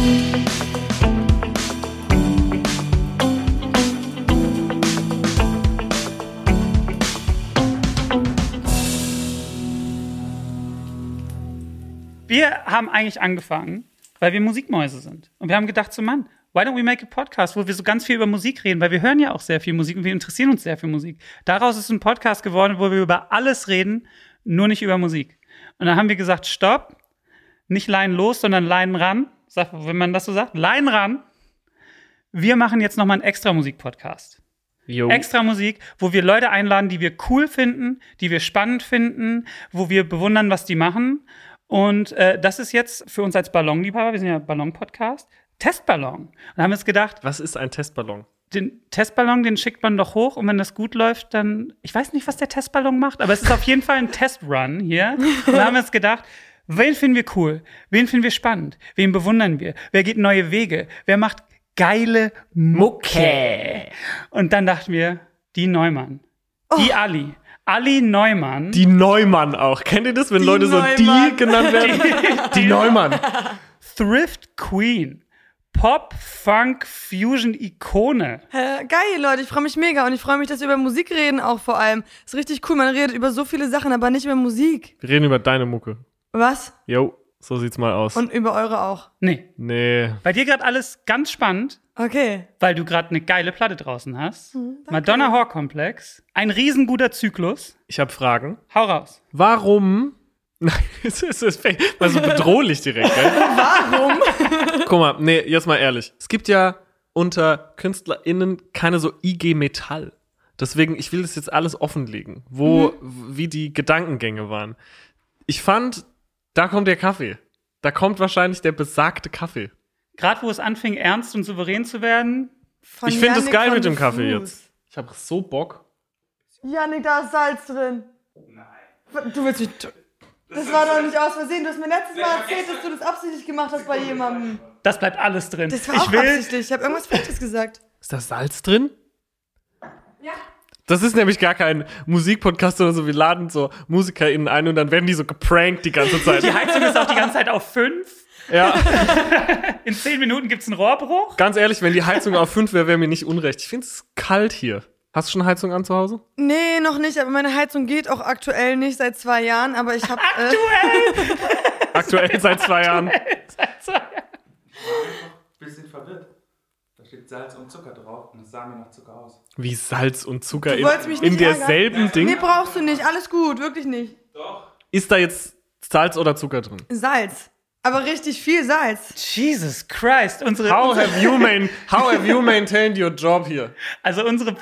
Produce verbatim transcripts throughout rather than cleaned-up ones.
Wir haben eigentlich angefangen, weil wir Musikmäuse sind. Und wir haben gedacht, so Mann, why don't we make a podcast, wo wir so ganz viel über Musik reden, weil wir hören ja auch sehr viel Musik und wir interessieren uns sehr für Musik. Daraus ist ein Podcast geworden, wo wir über alles reden, nur nicht über Musik. Und dann haben wir gesagt, stopp, nicht Leinen los, sondern Leinen ran. Sag, wenn man das so sagt, Leinen ran. Wir machen jetzt nochmal einen extra Musik-Podcast. Jo. Extra Musik, wo wir Leute einladen, die wir cool finden, die wir spannend finden, wo wir bewundern, was die machen. Und äh, das ist jetzt für uns als Ballonliebhaber, wir sind ja Ballon-Podcast, Testballon. Und da haben wir uns gedacht, was ist ein Testballon? Den Testballon, den schickt man doch hoch und wenn das gut läuft, dann, ich weiß nicht, was der Testballon macht, aber es ist auf jeden Fall ein Testrun hier. Und da haben wir uns gedacht, wen finden wir cool? Wen finden wir spannend? Wen bewundern wir? Wer geht neue Wege? Wer macht geile Mucke? Und dann dachten wir, die Neumann, die oh. Ali. Ali Neumann. Die Neumann auch. Kennt ihr das, wenn die Leute Neumann. so die genannt werden? Die, die Neumann. Thrift Queen. Pop, Funk, Fusion, Ikone. Äh, geil, Leute. Ich freue mich mega. Und ich freue mich, dass wir über Musik reden auch vor allem. Ist richtig cool. Man redet über so viele Sachen, aber nicht über Musik. Wir reden über deine Mucke. Was? Jo, so sieht's mal aus. Und über eure auch? Nee. Nee. Bei dir gerade alles ganz spannend. Okay. Weil du gerade eine geile Platte draußen hast. Hm, Madonna-Horror-Komplex. Ein riesenguter Zyklus. Ich habe Fragen. Hau raus. Warum? Nein, es ist, es ist mal so bedrohlich direkt, gell? Warum? Guck mal, nee, jetzt mal ehrlich. Es gibt ja unter KünstlerInnen keine so I G Metall. Deswegen, ich will das jetzt alles offenlegen, wo, mhm. wie die Gedankengänge waren. Ich fand, da kommt der Kaffee. Da kommt wahrscheinlich der besagte Kaffee. Gerade wo es anfing, ernst und souverän zu werden. Von ich finde es geil mit dem Fuß. Kaffee jetzt. Ich habe so Bock. Janik, da ist Salz drin. Oh nein. Du willst mich... Das war doch nicht aus Versehen. Du hast mir letztes Mal erzählt, dass du das absichtlich gemacht hast bei jemandem. Das bleibt alles drin. Das war auch ich will absichtlich. Ich habe irgendwas Falsches gesagt. Ist da Salz drin? Ja. Das ist nämlich gar kein Musikpodcast, sondern so, wir laden so MusikerInnen ein und dann werden die so geprankt die ganze Zeit. Die Heizung ist auch die ganze Zeit auf fünf. Ja. In zehn Minuten gibt's einen Rohrbruch. Ganz ehrlich, wenn die Heizung auf fünf wäre, wäre mir nicht unrecht. Ich finde es kalt hier. Hast du schon Heizung an zu Hause? Nee, noch nicht, aber meine Heizung geht auch aktuell nicht seit zwei Jahren, aber ich habe Aktuell! Äh aktuell seit zwei Jahren. Seit zwei Jahren. Bisschen verwirrt. Da steht Salz und Zucker drauf und es sah mir nach Zucker aus. Wie Salz und Zucker Du in, wolltest mich in nicht derselben ärgern. Ding? Nee, brauchst du nicht. Alles gut, wirklich nicht. Doch. Ist da jetzt Salz oder Zucker drin? Salz. Aber richtig viel Salz. Jesus Christ. Unsere, How, unsere, have you main, how have you maintained your job here? Also unsere...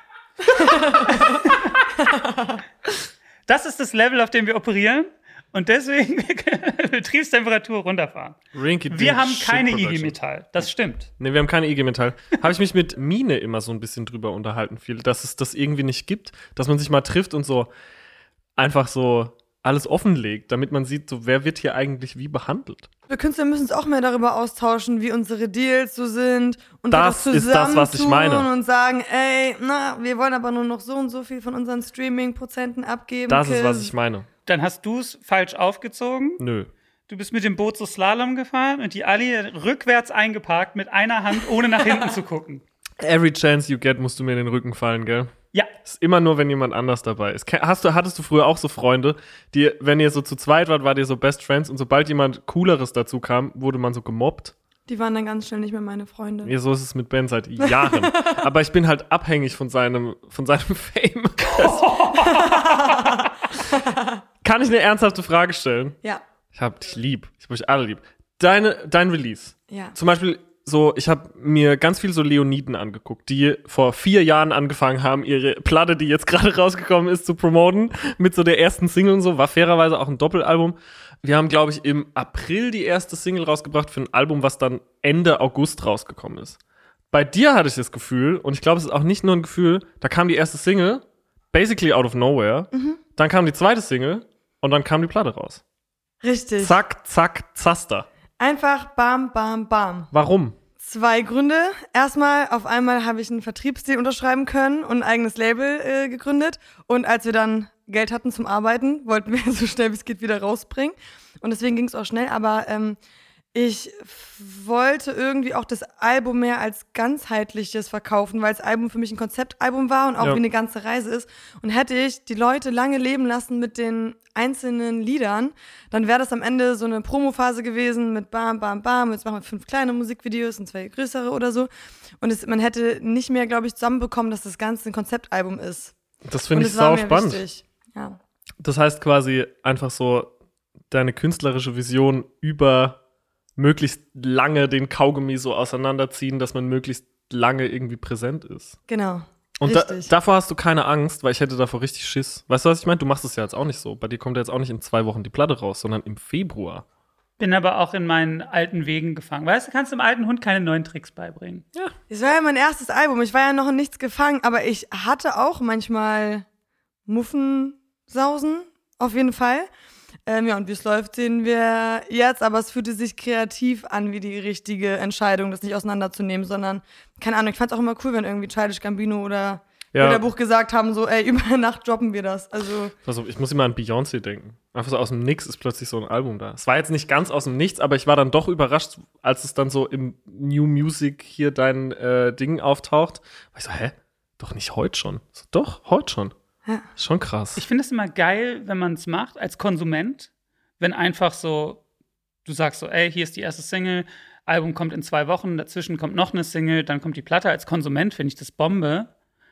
Das ist das Level, auf dem wir operieren. Und deswegen Betriebstemperatur runterfahren. Wir haben keine I G Metall. Das stimmt. Nee, wir haben keine I G Metall. Habe ich mich mit Mine immer so ein bisschen drüber unterhalten, viel, dass es das irgendwie nicht gibt, dass man sich mal trifft und so einfach so alles offenlegt, damit man sieht, so wer wird hier eigentlich wie behandelt. Wir Künstler müssen uns auch mehr darüber austauschen, wie unsere Deals so sind und das das ist das, was ich meine. Und sagen, ey, na, wir wollen aber nur noch so und so viel von unseren Streaming-Prozenten abgeben. Das ist, was ich meine. Dann hast du es falsch aufgezogen. Nö. Du bist mit dem Boot so Slalom gefahren und die Ali rückwärts eingeparkt mit einer Hand, ohne nach hinten zu gucken. Every chance you get, musst du mir in den Rücken fallen, gell? Ja. Ist immer nur, wenn jemand anders dabei ist. Hast du, hattest du früher auch so Freunde, die, wenn ihr so zu zweit wart, wart ihr so Best Friends und sobald jemand Cooleres dazu kam, wurde man so gemobbt? Die waren dann ganz schnell nicht mehr meine Freunde. Ja, so ist es mit Ben seit Jahren. Aber ich bin halt abhängig von seinem, von seinem Fame. Kann ich eine ernsthafte Frage stellen? Ja. Ich hab dich lieb. Ich hab euch alle lieb. Deine, dein Release. Ja. Zum Beispiel so, ich habe mir ganz viel so Leoniden angeguckt, die vor vier Jahren angefangen haben, ihre Platte, die jetzt gerade rausgekommen ist, zu promoten, mit so der ersten Single und so, war fairerweise auch ein Doppelalbum. Wir haben, glaube ich, im April die erste Single rausgebracht für ein Album, was dann Ende August rausgekommen ist. Bei dir hatte ich das Gefühl, und ich glaube, es ist auch nicht nur ein Gefühl, da kam die erste Single, basically out of nowhere, mhm. Dann kam die zweite Single und dann kam die Platte raus. Richtig. Zack, zack, zaster. Einfach bam, bam, bam. Warum? Zwei Gründe. Erstmal, auf einmal habe ich einen Vertriebsdeal unterschreiben können und ein eigenes Label äh, gegründet. Und als wir dann Geld hatten zum Arbeiten, wollten wir so schnell wie es geht wieder rausbringen. Und deswegen ging es auch schnell. Aber ähm, Ich f- wollte irgendwie auch das Album mehr als ganzheitliches verkaufen, weil das Album für mich ein Konzeptalbum war und auch Ja. wie eine ganze Reise ist. Und hätte ich die Leute lange leben lassen mit den einzelnen Liedern, dann wäre das am Ende so eine Promophase gewesen mit bam, bam, bam. Jetzt machen wir fünf kleine Musikvideos und zwei größere oder so. Und es, man hätte nicht mehr, glaube ich, zusammenbekommen, dass das Ganze ein Konzeptalbum ist. Das finde Und ich es war sau mir spannend. wichtig. Ja. Das heißt quasi einfach so deine künstlerische Vision über möglichst lange den Kaugummi so auseinanderziehen, dass man möglichst lange irgendwie präsent ist. Genau. Und da, Richtig. davor hast du keine Angst, weil ich hätte davor richtig Schiss. Weißt du, was ich meine? Du machst es ja jetzt auch nicht so. Bei dir kommt ja jetzt auch nicht in zwei Wochen die Platte raus, sondern im Februar. Bin aber auch in meinen alten Wegen gefangen. Weißt du, kannst dem alten Hund keine neuen Tricks beibringen. Es war ja mein erstes Album. Ich war ja noch in nichts gefangen, aber ich hatte auch manchmal Muffensausen, auf jeden Fall. Ähm, ja, und wie es läuft, sehen wir jetzt, aber es fühlte sich kreativ an wie die richtige Entscheidung, das nicht auseinanderzunehmen, sondern, keine Ahnung, ich fand's auch immer cool, wenn irgendwie Childish Gambino oder Ja. Bilderbuch gesagt haben, so, ey, über Nacht droppen wir das. Also, Also ich muss immer an Beyoncé denken. Einfach so aus dem Nix ist plötzlich so ein Album da. Es war jetzt nicht ganz aus dem Nichts, aber ich war dann doch überrascht, als es dann so im New Music hier dein äh, Ding auftaucht. War ich so, hä? Doch nicht heute schon. So, doch, heute schon. Ja. Schon krass. Ich finde es immer geil, wenn man es macht als Konsument, wenn einfach so, du sagst so, ey, hier ist die erste Single, Album kommt in zwei Wochen, dazwischen kommt noch eine Single, dann kommt die Platte. Als Konsument finde ich das Bombe.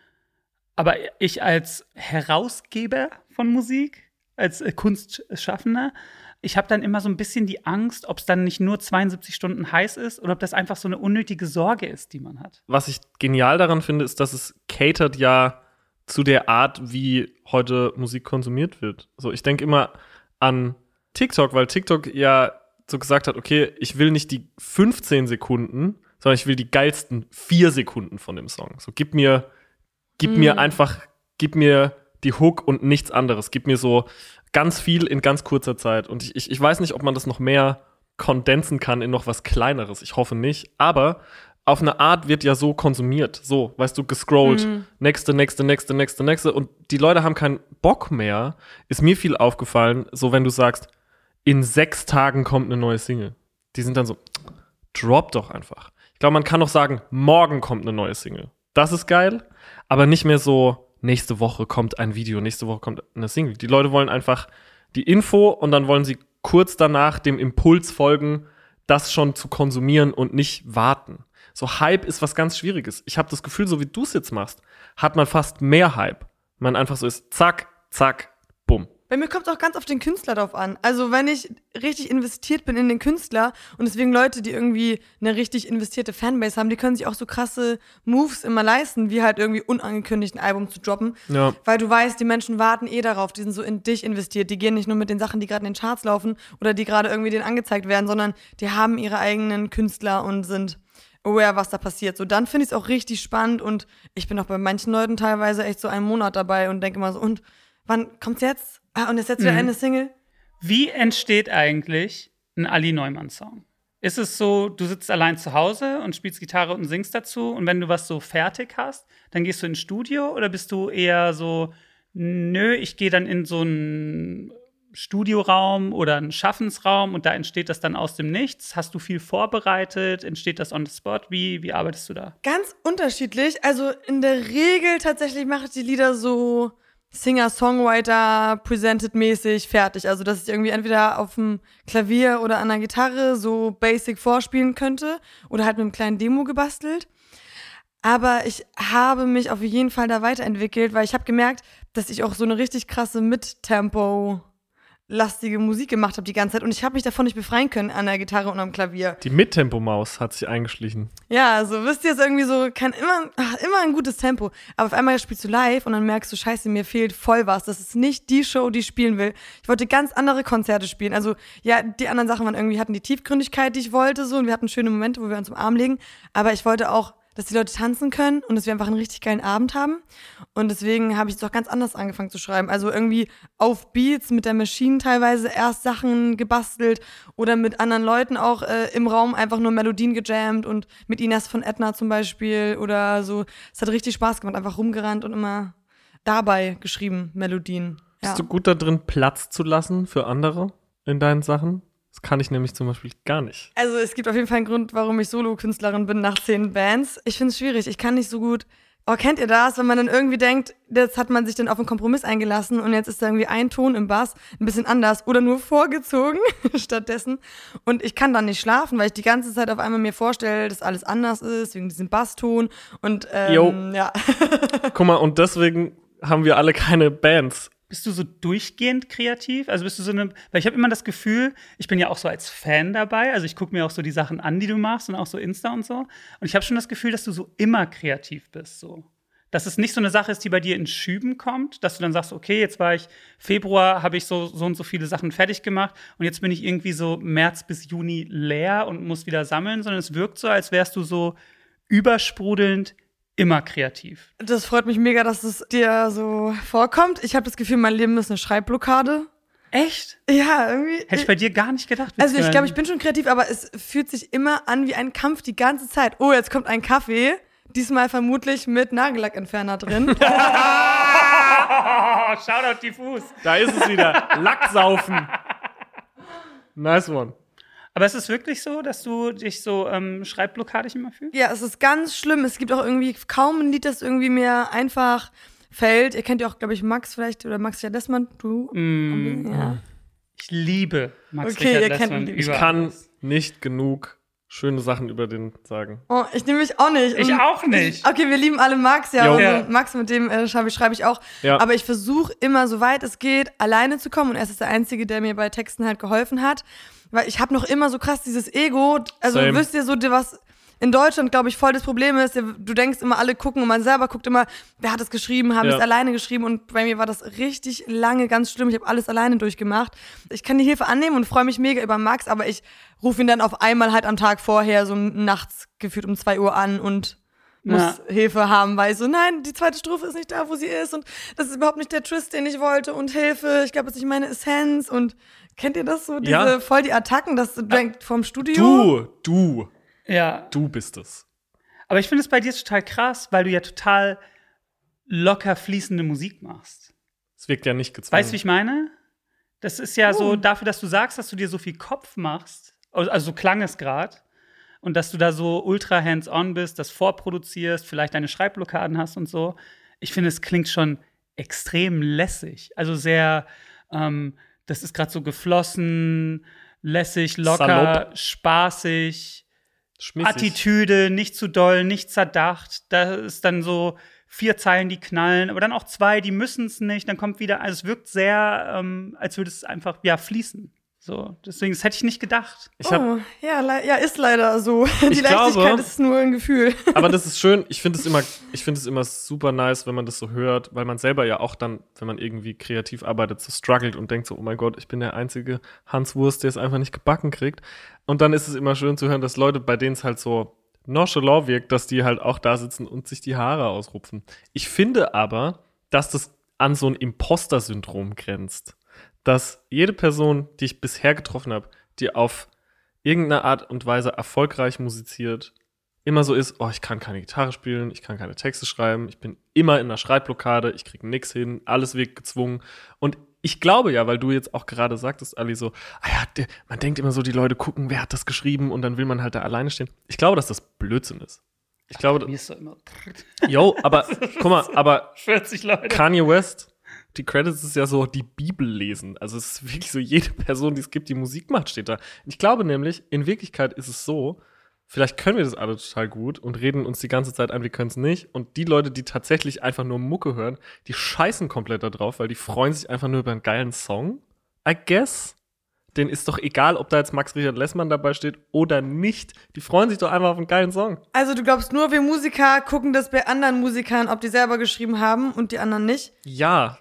Aber ich als Herausgeber von Musik, als äh, Kunstschaffender, ich habe dann immer so ein bisschen die Angst, ob es dann nicht nur zweiundsiebzig Stunden heiß ist oder ob das einfach so eine unnötige Sorge ist, die man hat. Was ich genial daran finde, ist, dass es catert ja zu der Art, wie heute Musik konsumiert wird. So, ich denke immer an TikTok, weil TikTok ja so gesagt hat, okay, ich will nicht die fünfzehn Sekunden, sondern ich will die geilsten vier Sekunden von dem Song. So, gib mir, gib Mm. mir einfach, gib mir die Hook und nichts anderes. Gib mir so ganz viel in ganz kurzer Zeit. Und ich, ich, ich weiß nicht, ob man das noch mehr kondensen kann in noch was Kleineres. Ich hoffe nicht. Aber auf eine Art wird ja so konsumiert. So, weißt du, gescrollt. Mhm. Nächste, nächste, nächste, nächste, nächste. Und die Leute haben keinen Bock mehr. Ist mir viel aufgefallen, so wenn du sagst, in sechs Tagen kommt eine neue Single. Die sind dann so, drop doch einfach. Ich glaube, man kann noch sagen, morgen kommt eine neue Single. Das ist geil. Aber nicht mehr so, nächste Woche kommt ein Video, nächste Woche kommt eine Single. Die Leute wollen einfach die Info und dann wollen sie kurz danach dem Impuls folgen, das schon zu konsumieren und nicht warten. So Hype ist was ganz Schwieriges. Ich habe das Gefühl, so wie du es jetzt machst, hat man fast mehr Hype. Man einfach so ist, zack, zack, bumm. bei mir kommt es auch ganz auf den Künstler drauf an. Also wenn ich richtig investiert bin in den Künstler und deswegen Leute, die irgendwie eine richtig investierte Fanbase haben, die können sich auch so krasse Moves immer leisten, wie halt irgendwie unangekündigt ein Album zu droppen. Ja. Weil du weißt, die Menschen warten eh darauf, die sind so in dich investiert. Die gehen nicht nur mit den Sachen, die gerade in den Charts laufen oder die gerade irgendwie denen angezeigt werden, sondern die haben ihre eigenen Künstler und sind aware, was da passiert. So, dann finde ich es auch richtig spannend und ich bin auch bei manchen Leuten teilweise echt so einen Monat dabei und denke immer so, und wann kommt's jetzt? Ah, und ist jetzt wieder Mhm. eine Single? Wie entsteht eigentlich ein Ali Neumann-Song? Ist es so, du sitzt allein zu Hause und spielst Gitarre und singst dazu und wenn du was so fertig hast, dann gehst du ins Studio oder bist du eher so, nö, ich gehe dann in so einen Studioraum oder einen Schaffensraum und da entsteht das dann aus dem Nichts? Hast du viel vorbereitet? Entsteht das on the spot? Wie, wie arbeitest du da? Ganz unterschiedlich. Also in der Regel tatsächlich mache ich die Lieder so Singer-Songwriter presented-mäßig fertig. Also dass ich irgendwie entweder auf dem Klavier oder an der Gitarre so basic vorspielen könnte oder halt mit einem kleinen Demo gebastelt. Aber ich habe mich auf jeden Fall da weiterentwickelt, weil ich habe gemerkt, dass ich auch so eine richtig krasse Mid-Tempo lastige Musik gemacht habe die ganze Zeit und ich habe mich davon nicht befreien können an der Gitarre und am Klavier. Die Mittempo-Maus hat sich eingeschlichen. Ja, also wisst ihr, es irgendwie so, kann immer, ach, immer ein gutes Tempo. Aber auf einmal spielst du live und dann merkst du, scheiße, mir fehlt voll was. Das ist nicht die Show, die ich spielen will. Ich wollte ganz andere Konzerte spielen. Also ja, die anderen Sachen waren irgendwie, hatten die Tiefgründigkeit, die ich wollte so und wir hatten schöne Momente, wo wir uns im Arm legen. Aber ich wollte auch, dass die Leute tanzen können und dass wir einfach einen richtig geilen Abend haben. Und deswegen habe ich es auch ganz anders angefangen zu schreiben. Also irgendwie auf Beats mit der Maschine teilweise erst Sachen gebastelt oder mit anderen Leuten auch äh, im Raum einfach nur Melodien gejammt und mit Ines von Edna zum Beispiel oder so. Es hat richtig Spaß gemacht, einfach rumgerannt und immer dabei geschrieben, Melodien. Ja. Bist du gut da drin, Platz zu lassen für andere in deinen Sachen? Das kann ich nämlich zum Beispiel gar nicht. Also es gibt auf jeden Fall einen Grund, warum ich Solo-Künstlerin bin nach zehn Bands. Ich finde es schwierig. Ich kann nicht so gut. Oh, kennt ihr das? Wenn man dann irgendwie denkt, jetzt hat man sich dann auf einen Kompromiss eingelassen und jetzt ist da irgendwie ein Ton im Bass ein bisschen anders oder nur vorgezogen stattdessen. Und ich kann dann nicht schlafen, weil ich die ganze Zeit auf einmal mir vorstelle, dass alles anders ist, wegen diesem Basston. Und ähm, Jo. ja. Guck mal, und deswegen haben wir alle keine Bands. Bist du so durchgehend kreativ? Also bist du so eine, weil ich habe immer das Gefühl, ich bin ja auch so als Fan dabei, also ich gucke mir auch so die Sachen an, die du machst und auch so Insta und so. Und ich habe schon das Gefühl, dass du so immer kreativ bist, so. Dass es nicht so eine Sache ist, die bei dir in Schüben kommt, dass du dann sagst, okay, jetzt war ich, Februar habe ich so, so und so viele Sachen fertig gemacht und jetzt bin ich irgendwie so März bis Juni leer und muss wieder sammeln, sondern es wirkt so, als wärst du so übersprudelnd immer kreativ. Das freut mich mega, dass es dir so vorkommt. Ich habe das Gefühl, mein Leben ist eine Schreibblockade. Echt? Ja, irgendwie. Hätte ich bei dir gar nicht gedacht. Also ich glaube, ich bin schon kreativ, aber es fühlt sich immer an wie ein Kampf die ganze Zeit. Oh, jetzt kommt ein Kaffee. Diesmal vermutlich mit Nagellackentferner drin. Shoutout diffus. Da ist es wieder. Lacksaufen. Nice one. Aber es ist wirklich so, dass du dich so ähm, schreibblockadig immer fühlst? Ja, es ist ganz schlimm. Es gibt auch irgendwie kaum ein Lied, das irgendwie mir einfach fällt. Ihr kennt ja auch, glaube ich, Max vielleicht oder Max Dessmann, du? Mm. Ja. Ich liebe Max Okay, ihr Richard kennt Lessmann ihn. Ich über kann alles. nicht genug schöne Sachen über den sagen. Oh, ich nehme mich auch nicht. Ich Und- auch nicht. Okay, wir lieben alle Max, ja. Jo. Also Ja. Max, mit dem äh, schreibe ich, schreibe ich auch. Ja. Aber ich versuche immer, soweit es geht, alleine zu kommen. Und er ist der Einzige, der mir bei Texten halt geholfen hat. Weil ich habe noch immer so krass dieses Ego. Also Same. wisst ihr so, was in Deutschland, glaube ich, voll das Problem ist. Du denkst immer, alle gucken und man selber guckt immer, wer hat es geschrieben, haben Ja. es alleine geschrieben. Und bei mir war das richtig lange ganz schlimm. Ich habe alles alleine durchgemacht. Ich kann die Hilfe annehmen und freue mich mega über Max, aber ich rufe ihn dann auf einmal halt am Tag vorher so nachts gefühlt um zwei Uhr an und muss Ja. Hilfe haben, weil ich so, nein, die zweite Strophe ist nicht da, wo sie ist und das ist überhaupt nicht der Twist, den ich wollte und Hilfe, ich glaube, das ist nicht meine Essenz und kennt ihr das so, diese Ja. voll die Attacken, dass du denkst vom Studio? Du, du, Ja. du bist es. Aber ich finde es bei dir total krass, weil du ja total locker fließende Musik machst. Es wirkt ja nicht gezwungen. Weißt du, wie ich meine? Das ist ja so, dafür, dass du sagst, dass du dir so viel Kopf machst, also also so klang es gerade, und dass du da so ultra hands-on bist, das vorproduzierst, vielleicht deine Schreibblockaden hast und so. Ich finde, es klingt schon extrem lässig. Also sehr, ähm, das ist gerade so geflossen, lässig, locker, Salopp. spaßig, Schmissig. Attitüde, nicht zu doll, nicht zerdacht. Da ist dann so vier Zeilen, die knallen, aber dann auch zwei, die müssen es nicht. Dann kommt wieder, also es wirkt sehr, ähm, als würde es einfach, ja, fließen. So, deswegen, das hätte ich nicht gedacht. Ich hab, Oh, ja, le- ja, ist leider so. Die Ich Leichtigkeit glaube- ist nur ein Gefühl. aber das ist schön. Ich finde es immer, ich finde es immer super nice, wenn man das so hört, weil man selber ja auch dann, wenn man irgendwie kreativ arbeitet, so struggelt und denkt so, oh mein Gott, ich bin der einzige Hans Wurst, der es einfach nicht gebacken kriegt. Und dann ist es immer schön zu hören, dass Leute, bei denen es halt so nonchalant wirkt, dass die halt auch da sitzen und sich die Haare ausrupfen. Ich finde aber, dass das an so ein Imposter-Syndrom grenzt. Dass jede Person, die ich bisher getroffen habe, die auf irgendeine Art und Weise erfolgreich musiziert, immer so ist, oh, ich kann keine Gitarre spielen, ich kann keine Texte schreiben, ich bin immer in einer Schreibblockade, ich krieg nix hin, alles wird gezwungen. Und ich glaube ja, weil du jetzt auch gerade sagtest, Ali, so, ah ja, der, man denkt immer so, die Leute gucken, wer hat das geschrieben und dann will man halt da alleine stehen. Ich glaube, dass das Blödsinn ist. Ich glaube, Mir ist so immer yo, aber, guck mal, aber vierzig Leute. Kanye West, die Credits ist ja so, die Bibel lesen. Also es ist wirklich so, jede Person, die es gibt, die Musik macht, steht da. Ich glaube nämlich, in Wirklichkeit ist es so, vielleicht können wir das alle total gut und reden uns die ganze Zeit ein, wir können es nicht. Und die Leute, die tatsächlich einfach nur Mucke hören, die scheißen komplett da drauf, weil die freuen sich einfach nur über einen geilen Song. I guess. Denen ist doch egal, ob da jetzt Max Richard Lessmann dabei steht oder nicht. Die freuen sich doch einfach auf einen geilen Song. Also du glaubst nur, wir Musiker gucken das bei anderen Musikern, ob die selber geschrieben haben und die anderen nicht? Ja.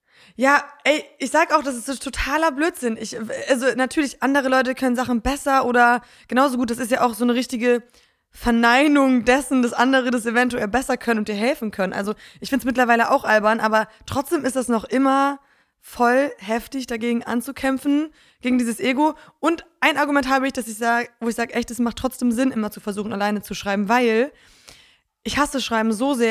Ja, ey, ich sag auch, das ist so totaler Blödsinn. Ich, also natürlich, andere Leute können Sachen besser oder genauso gut. Das ist ja auch so eine richtige Verneinung dessen, dass andere das eventuell besser können und dir helfen können. Also ich find's mittlerweile auch albern, aber trotzdem ist das noch immer voll heftig, dagegen anzukämpfen, gegen dieses Ego. Und ein Argument habe ich, dass ich sage, wo ich sage, echt, es macht trotzdem Sinn, immer zu versuchen, alleine zu schreiben, weil ich hasse Schreiben so sehr,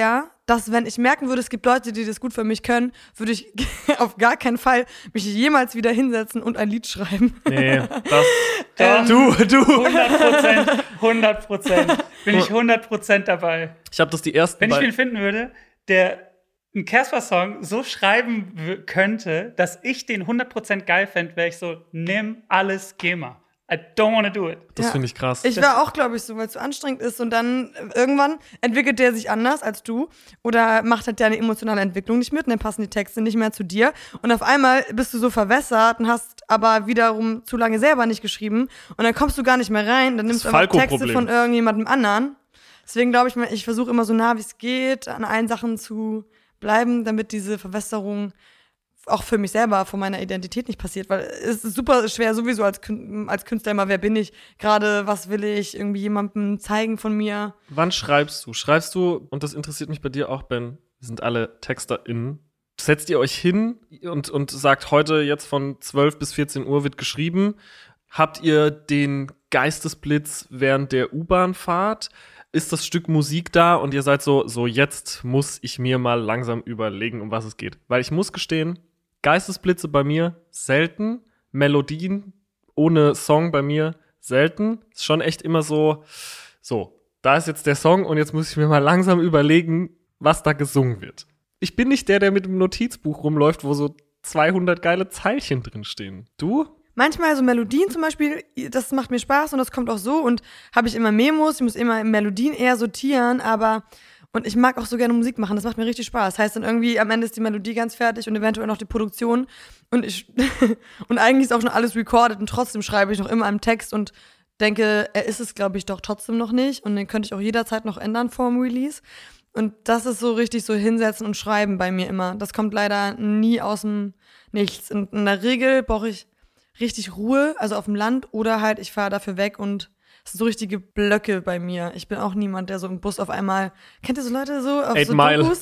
dass wenn ich merken würde, es gibt Leute, die das gut für mich können, würde ich auf gar keinen Fall mich jemals wieder hinsetzen und ein Lied schreiben. Nee, das. Ähm, du, du. hundert Prozent, hundert Prozent. Bin ich hundert Prozent dabei. Ich habe das die ersten. Wenn ich bei- wen finden würde, der einen Casper-Song so schreiben w- könnte, dass ich den hundert Prozent geil fände, wäre ich so, nimm alles, geh mal. I don't wanna do it. Das Ja. finde ich krass. Ich war auch, glaube ich, so, weil es so anstrengend ist und dann irgendwann entwickelt der sich anders als du oder macht halt deine emotionale Entwicklung nicht mit und dann passen die Texte nicht mehr zu dir und auf einmal bist du so verwässert und hast aber wiederum zu lange selber nicht geschrieben und dann kommst du gar nicht mehr rein, dann nimmst du Das einfach Texte Falco-Problem. von irgendjemandem anderen. Deswegen glaube ich, ich versuche immer so nah wie es geht, an allen Sachen zu bleiben, damit diese Verwässerung auch für mich selber, von meiner Identität nicht passiert, weil es ist super schwer sowieso als, Kün- als Künstler immer, wer bin ich, gerade was will ich irgendwie jemandem zeigen von mir. Wann schreibst du? Schreibst du, und das interessiert mich bei dir auch, Ben, wir sind alle TexterInnen, setzt ihr euch hin und, und sagt, heute jetzt von zwölf bis vierzehn Uhr wird geschrieben, habt ihr den Geistesblitz während der U-Bahn-Fahrt? Ist das Stück Musik da und ihr seid so, so jetzt muss ich mir mal langsam überlegen, um was es geht? Weil ich muss gestehen, Geistesblitze bei mir selten, Melodien ohne Song bei mir selten. Ist schon echt immer so, so, da ist jetzt der Song und jetzt muss ich mir mal langsam überlegen, was da gesungen wird. Ich bin nicht der, der mit dem Notizbuch rumläuft, wo so zweihundert geile Zeilchen drinstehen. Du? Manchmal so Melodien zum Beispiel, das macht mir Spaß und das kommt auch so und habe ich immer Memos, ich muss immer Melodien eher sortieren, aber und ich mag auch so gerne Musik machen, das macht mir richtig Spaß. Heißt dann irgendwie, am Ende ist die Melodie ganz fertig und eventuell noch die Produktion und ich und eigentlich ist auch schon alles recorded und trotzdem schreibe ich noch immer einen Text und denke, er ist es, glaube ich, doch trotzdem noch nicht und den könnte ich auch jederzeit noch ändern vor dem Release. Und das ist so richtig so hinsetzen und schreiben bei mir immer. Das kommt leider nie aus dem Nichts. Und in der Regel brauche ich richtig Ruhe, also auf dem Land, oder halt ich fahre dafür weg und es sind so richtige Blöcke bei mir. Ich bin auch niemand, der so im Bus auf einmal, kennt ihr so Leute so auf Eight so Mile. Dokus?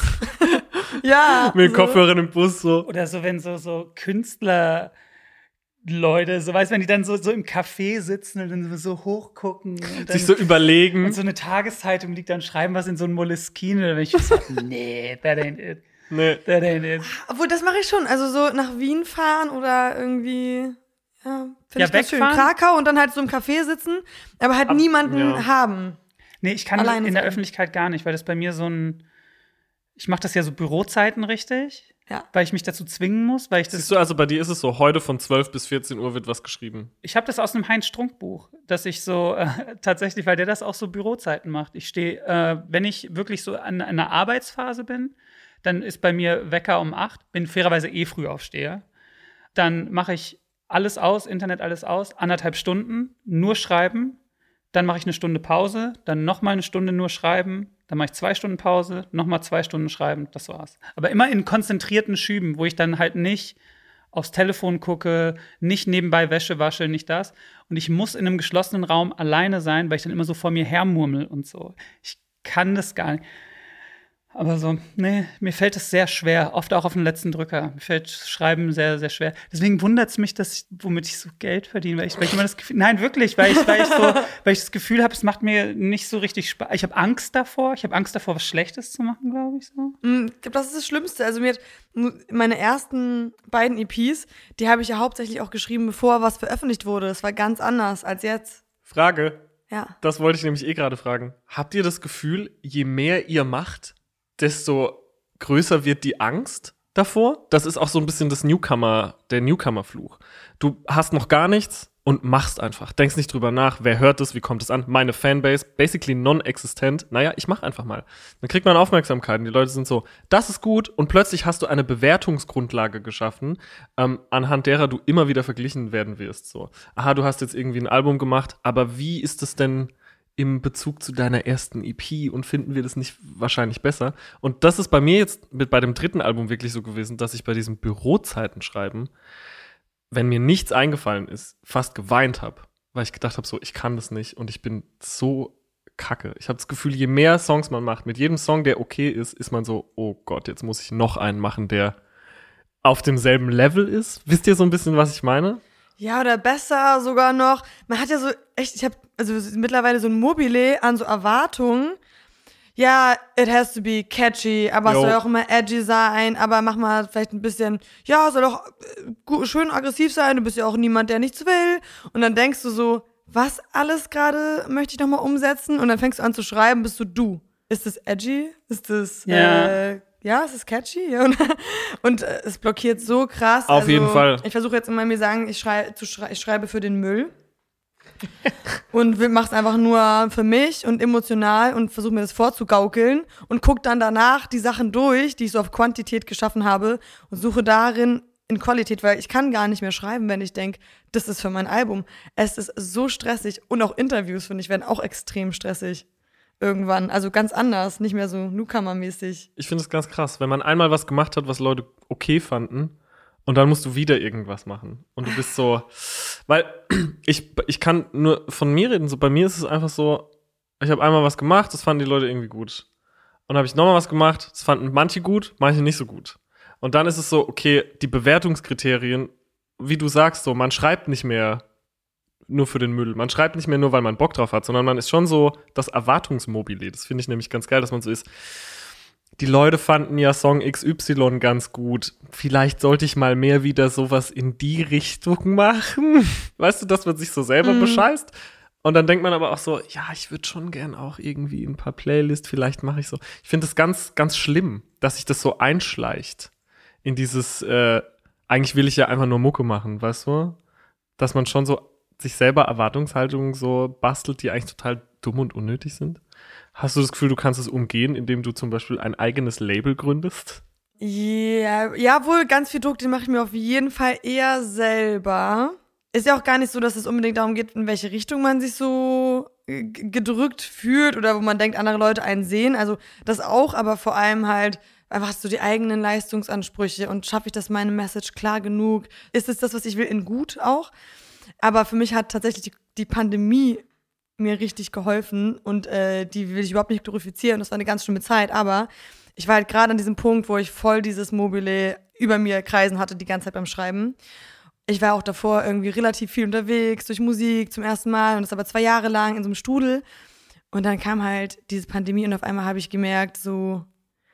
Ja. Mit den so. Kopfhörern im Bus so. Oder so, wenn so, so Künstler Leute, so weißt du, wenn die dann so, so im Café sitzen und dann so hochgucken und dann Sich so überlegen. und so eine Tageszeitung liegt, dann schreiben was in so ein Moleskine, oder wenn ich so, nee, that ain't it. Nee. That ain't it. Obwohl, das mache ich schon. Also so nach Wien fahren oder irgendwie, ja, finde Ja, ich ganz schön. wegfahren? Krakau und dann halt so im Café sitzen, aber halt niemanden ja. haben. Nee, ich kann Alleine in der sein. Öffentlichkeit gar nicht, weil das bei mir so ein, ich mache das ja so Bürozeiten richtig, Ja. weil ich mich dazu zwingen muss, weil ich das, Siehst du, also bei dir ist es so, heute von zwölf bis vierzehn Uhr wird was geschrieben. ich habe das aus einem Heinz-Strunk-Buch, dass ich so äh, tatsächlich, weil der das auch so Bürozeiten macht. Ich stehe, äh, wenn ich wirklich so an, an einer Arbeitsphase bin, dann ist bei mir Wecker um acht, bin fairerweise eh früh aufsteher. Dann mache ich alles aus, Internet alles aus, anderthalb Stunden, nur schreiben. Dann mache ich eine Stunde Pause, dann noch mal eine Stunde nur schreiben, dann mache ich zwei Stunden Pause, noch mal zwei Stunden schreiben, das war's. Aber immer in konzentrierten Schüben, wo ich dann halt nicht aufs Telefon gucke, nicht nebenbei Wäsche wasche, nicht das. Und ich muss in einem geschlossenen Raum alleine sein, weil ich dann immer so vor mir hermurmel und so. Ich kann das gar nicht. Aber so, nee, mir fällt es sehr schwer, oft auch auf den letzten Drücker. Mir fällt Schreiben sehr, sehr schwer. Deswegen wundert es mich, dass ich, womit ich so Geld verdiene, weil ich, weil ich immer das Gefühl, nein, wirklich, weil ich, weil ich so, weil ich das Gefühl habe, es macht mir nicht so richtig Spaß. Ich habe Angst davor, ich habe Angst davor, was Schlechtes zu machen, glaube ich so. Mm, Ich glaube, das ist das Schlimmste. Also mir hat nur- meine ersten beiden E Ps, die habe ich ja hauptsächlich auch geschrieben, bevor was veröffentlicht wurde. Das war ganz anders als jetzt. Frage, Ja. das wollte ich nämlich eh gerade fragen. Habt ihr das Gefühl, je mehr ihr macht, desto größer wird die Angst davor? Das ist auch so ein bisschen das Newcomer, der Newcomer-Fluch. Du hast noch gar nichts und machst einfach. Denkst nicht drüber nach, wer hört es, wie kommt es an. Meine Fanbase, basically non-existent. Naja, ich mach einfach mal. Dann kriegt man Aufmerksamkeit und die Leute sind so, das ist gut und plötzlich hast du eine Bewertungsgrundlage geschaffen, ähm, anhand derer du immer wieder verglichen werden wirst. So, aha, du hast jetzt irgendwie ein Album gemacht, aber wie ist es denn im Bezug zu deiner ersten E P und finden wir das nicht wahrscheinlich besser? Und das ist bei mir jetzt mit bei dem dritten Album wirklich so gewesen, dass ich bei diesem Bürozeitenschreiben, wenn mir nichts eingefallen ist, fast geweint habe, weil ich gedacht habe, so, ich kann das nicht und ich bin so kacke. Ich habe das Gefühl, je mehr Songs man macht, mit jedem Song, der okay ist, ist man so, oh Gott, jetzt muss ich noch einen machen, der auf demselben Level ist. Wisst ihr so ein bisschen, was ich meine? Ja, oder besser sogar noch. Man hat ja so echt, ich habe also mittlerweile so ein Mobile an so Erwartungen. ja, it has to be catchy, aber Jo. es soll auch immer edgy sein, aber mach mal vielleicht ein bisschen, ja, soll auch äh, gu- schön aggressiv sein, du bist ja auch niemand, der nichts will. Und dann denkst du so, was alles gerade möchte ich nochmal umsetzen? Und dann fängst du an zu schreiben, bist du du. Ist das edgy? Ist das, Ja. äh, ja, ist es catchy? Und, und äh, es blockiert so krass. Auf jeden Fall. Ich versuche jetzt immer mir sagen, ich, schrei zu schrei ich schreibe für den Müll. Und will- mach's einfach nur für mich und emotional und versuche mir das vorzugaukeln und guck dann danach die Sachen durch, die ich so auf Quantität geschaffen habe und suche darin in Qualität, weil ich kann gar nicht mehr schreiben, wenn ich denke, das ist für mein Album. Es ist so stressig und auch Interviews, finde ich, werden auch extrem stressig irgendwann. Also ganz anders, nicht mehr so Newcomer-mäßig. Ich finde es ganz krass, wenn man einmal was gemacht hat, was Leute okay fanden, und dann musst du wieder irgendwas machen. Und du bist so, weil ich, ich kann nur von mir reden, so bei mir ist es einfach so, ich habe einmal was gemacht, das fanden die Leute irgendwie gut. Und dann habe ich nochmal was gemacht, das fanden manche gut, manche nicht so gut. Und dann ist es so, okay, die Bewertungskriterien, wie du sagst, so, man schreibt nicht mehr nur für den Müll. Man schreibt nicht mehr nur, weil man Bock drauf hat, sondern man ist schon so das Erwartungsmobile. Das finde ich nämlich ganz geil, dass man so ist. Die Leute fanden ja Song X Y ganz gut. Vielleicht sollte ich mal mehr wieder sowas in die Richtung machen. Weißt du, dass man sich so selber Mhm. bescheißt? Und dann denkt man aber auch so, ja, ich würde schon gern auch irgendwie ein paar Playlists, vielleicht mache ich so. Ich finde es ganz, ganz schlimm, dass sich das so einschleicht in dieses, äh, eigentlich will ich ja einfach nur Mucke machen, weißt du? Dass man schon so sich selber Erwartungshaltungen so bastelt, die eigentlich total dumm und unnötig sind. Hast du das Gefühl, du kannst es umgehen, indem du zum Beispiel ein eigenes Label gründest? Ja, ja, wohl, ganz viel Druck, den mache ich mir auf jeden Fall eher selber. Ist ja auch gar nicht so, dass es unbedingt darum geht, in welche Richtung man sich so äh, g- gedrückt fühlt oder wo man denkt, andere Leute einen sehen. Also das auch, aber vor allem halt einfach hast du die eigenen Leistungsansprüche und schaffe ich das meine Message klar genug? Ist es das, was ich will, in gut auch? Aber für mich hat tatsächlich die, die Pandemie mir richtig geholfen und äh, die will ich überhaupt nicht glorifizieren. Das war eine ganz schlimme Zeit, aber ich war halt gerade an diesem Punkt, wo ich voll dieses Mobile über mir kreisen hatte die ganze Zeit beim Schreiben. Ich war auch davor irgendwie relativ viel unterwegs durch Musik zum ersten Mal und das aber zwei Jahre lang in so einem Strudel. Und dann kam halt diese Pandemie und auf einmal habe ich gemerkt, so,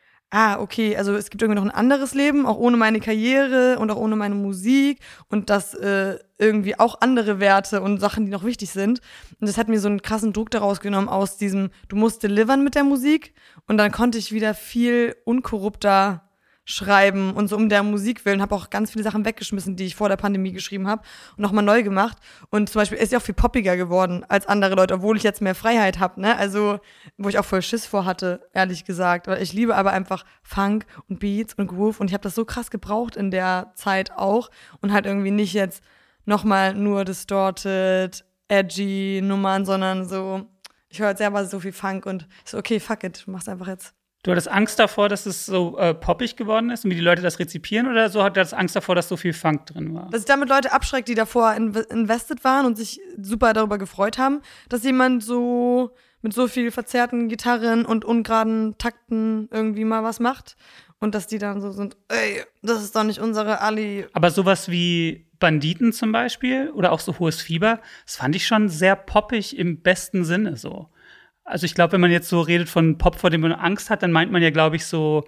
ah, okay, also es gibt irgendwie noch ein anderes Leben, auch ohne meine Karriere und auch ohne meine Musik und das äh, irgendwie auch andere Werte und Sachen, die noch wichtig sind. Und das hat mir so einen krassen Druck daraus genommen aus diesem, du musst delivern mit der Musik und dann konnte ich wieder viel unkorrupter schreiben und so um der Musik willen, habe auch ganz viele Sachen weggeschmissen, die ich vor der Pandemie geschrieben habe und nochmal neu gemacht. Und zum Beispiel ist ja auch viel poppiger geworden als andere Leute, obwohl ich jetzt mehr Freiheit habe, ne? Also, wo ich auch voll Schiss vor hatte, ehrlich gesagt. Weil ich liebe aber einfach Funk und Beats und Groove und ich habe das so krass gebraucht in der Zeit auch und halt irgendwie nicht jetzt nochmal nur distorted, edgy Nummern, sondern so, ich höre jetzt selber so viel Funk und ich so, okay, fuck it, mach's einfach jetzt. Du hattest Angst davor, dass es so äh, poppig geworden ist und wie die Leute das rezipieren oder so hattest du Angst davor, dass so viel Funk drin war? Dass ich damit Leute abschreckt, die davor inv- invested waren und sich super darüber gefreut haben, dass jemand so mit so viel verzerrten Gitarren und ungeraden Takten irgendwie mal was macht und dass die dann so sind, ey, das ist doch nicht unsere Ali. Aber sowas wie Banditen zum Beispiel oder auch so Hohes Fieber, das fand ich schon sehr poppig im besten Sinne so. Also ich glaube, wenn man jetzt so redet von Pop, vor dem man Angst hat, dann meint man ja, glaube ich, so